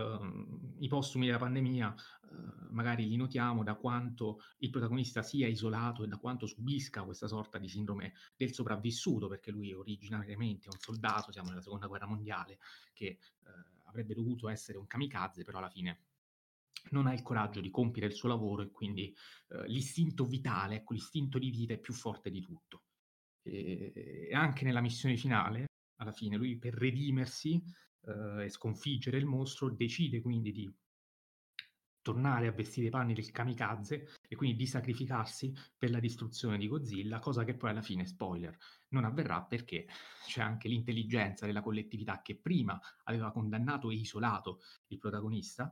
uhm, i postumi della pandemia, uhm, magari li notiamo da quanto il protagonista sia isolato e da quanto subisca questa sorta di sindrome del sopravvissuto, perché lui originariamente è un soldato, siamo nella seconda guerra mondiale, che, uhm, avrebbe dovuto essere un kamikaze, però alla fine non ha il coraggio di compiere il suo lavoro e quindi, uhm, l'istinto vitale, ecco, l'istinto di vita è più forte di tutto. Ehm, e anche nella missione finale, alla fine, lui per redimersi, uhm, e sconfiggere il mostro, decide quindi di tornare a vestire i panni del kamikaze e quindi di sacrificarsi per la distruzione di Godzilla, cosa che poi alla fine, spoiler, non avverrà perché c'è anche l'intelligenza della collettività che prima aveva condannato e isolato il protagonista,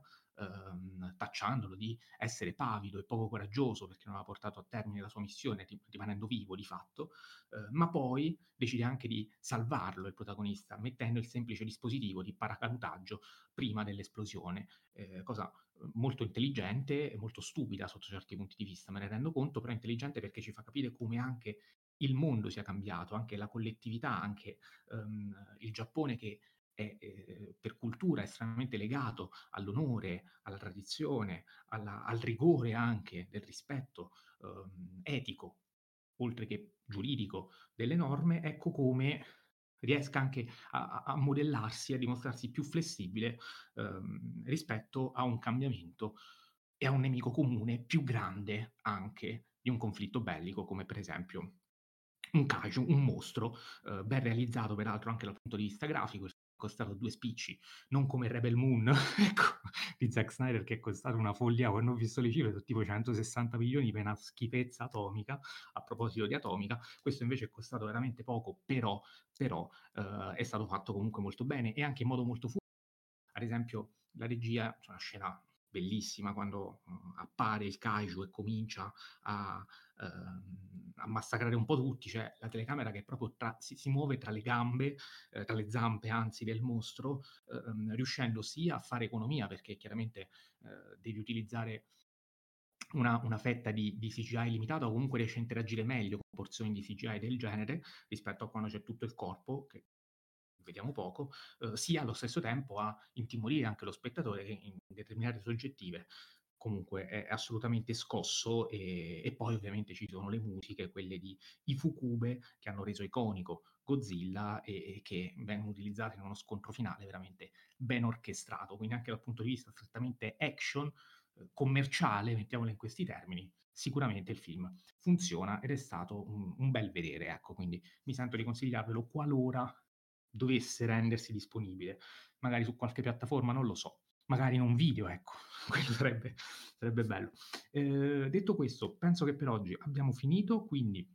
uhm, tacciandolo di essere pavido e poco coraggioso perché non aveva portato a termine la sua missione, ri rimanendo vivo di fatto, uhm, ma poi decide anche di salvarlo il protagonista, mettendo il semplice dispositivo di paracadutaggio prima dell'esplosione, ehm, cosa uhm, molto intelligente e molto stupida sotto certi punti di vista, me ne rendo conto, però intelligente perché ci fa capire come anche il mondo sia cambiato, anche la collettività, anche, uhm, il Giappone che è, ehm, per cultura estremamente legato all'onore, alla tradizione, alla al rigore anche del rispetto, uhm, etico, oltre che giuridico delle norme, ecco come riesca anche a a a modellarsi, a dimostrarsi più flessibile, uhm, rispetto a un cambiamento e a un nemico comune più grande anche di un conflitto bellico, come per esempio un kaiju, un mostro, uhm, ben realizzato peraltro anche dal punto di vista grafico, è costato due spicci, non come Rebel Moon, ecco, di Zack Snyder che è costato una follia, quando ho visto le cifre so' tipo centosessanta milioni per una schifezza atomica, a proposito di atomica, questo invece è costato veramente poco, però però, uhm, è stato fatto comunque molto bene e anche in modo molto fu ad esempio la regia, c'è una scena bellissima quando, mhmm, appare il kaiju e comincia a uhm, a massacrare un po' tutti, c'è la telecamera che proprio tra si si muove tra le gambe, ehm, tra le zampe anzi del mostro, uhm, riuscendo sia a fare economia perché chiaramente, ehm, devi utilizzare una una fetta di di C G I limitata o comunque riesci a interagire meglio con porzioni di C G I del genere, rispetto a quando c'è tutto il corpo, che vediamo poco, uhm, sia allo stesso tempo a intimorire anche lo spettatore che in determinate soggettive comunque è assolutamente scosso, ehm, e poi ovviamente ci sono le musiche, quelle di Ifukube, che hanno reso iconico Godzilla e e che vengono utilizzate in uno scontro finale veramente ben orchestrato. Quindi anche dal punto di vista strettamente action, uhm, commerciale, mettiamola in questi termini, sicuramente il film funziona ed è stato un un bel vedere, ecco. Quindi mi sento di consigliarvelo qualora dovesse rendersi disponibile, magari su qualche piattaforma, non lo so, magari in un video, ecco, quello sarebbe sarebbe bello. Ehm, detto questo, penso che per oggi abbiamo finito, quindi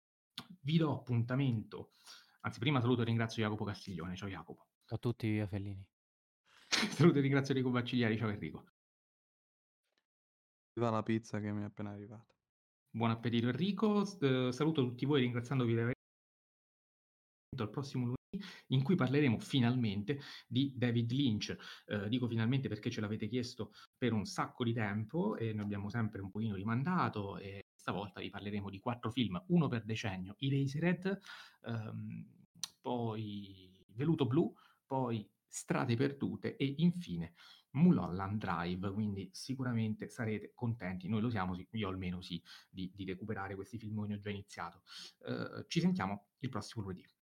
vi do appuntamento anzi prima saluto e ringrazio Jacopo Castiglione. Ciao Jacopo. Ciao a tutti, via Fellini. Saluto e ringrazio Enrico Baccigliari. Ciao Enrico. Viva la pizza che mi è appena arrivata. Buon appetito Enrico, s uhm, saluto tutti voi ringraziandovi di aver al prossimo lunedì in cui parleremo finalmente di David Lynch. Uhm, dico finalmente perché ce l'avete chiesto per un sacco di tempo e noi abbiamo sempre un pochino rimandato e stavolta vi parleremo di quattro film, uno per decennio, Eraserhead, uhm, poi Veluto Blu, poi Strade perdute e infine Mulholland Drive, quindi sicuramente sarete contenti, noi lo siamo, sì, io almeno sì, di di recuperare questi filmoni ho già iniziato. Uhm, ci sentiamo il prossimo lunedì.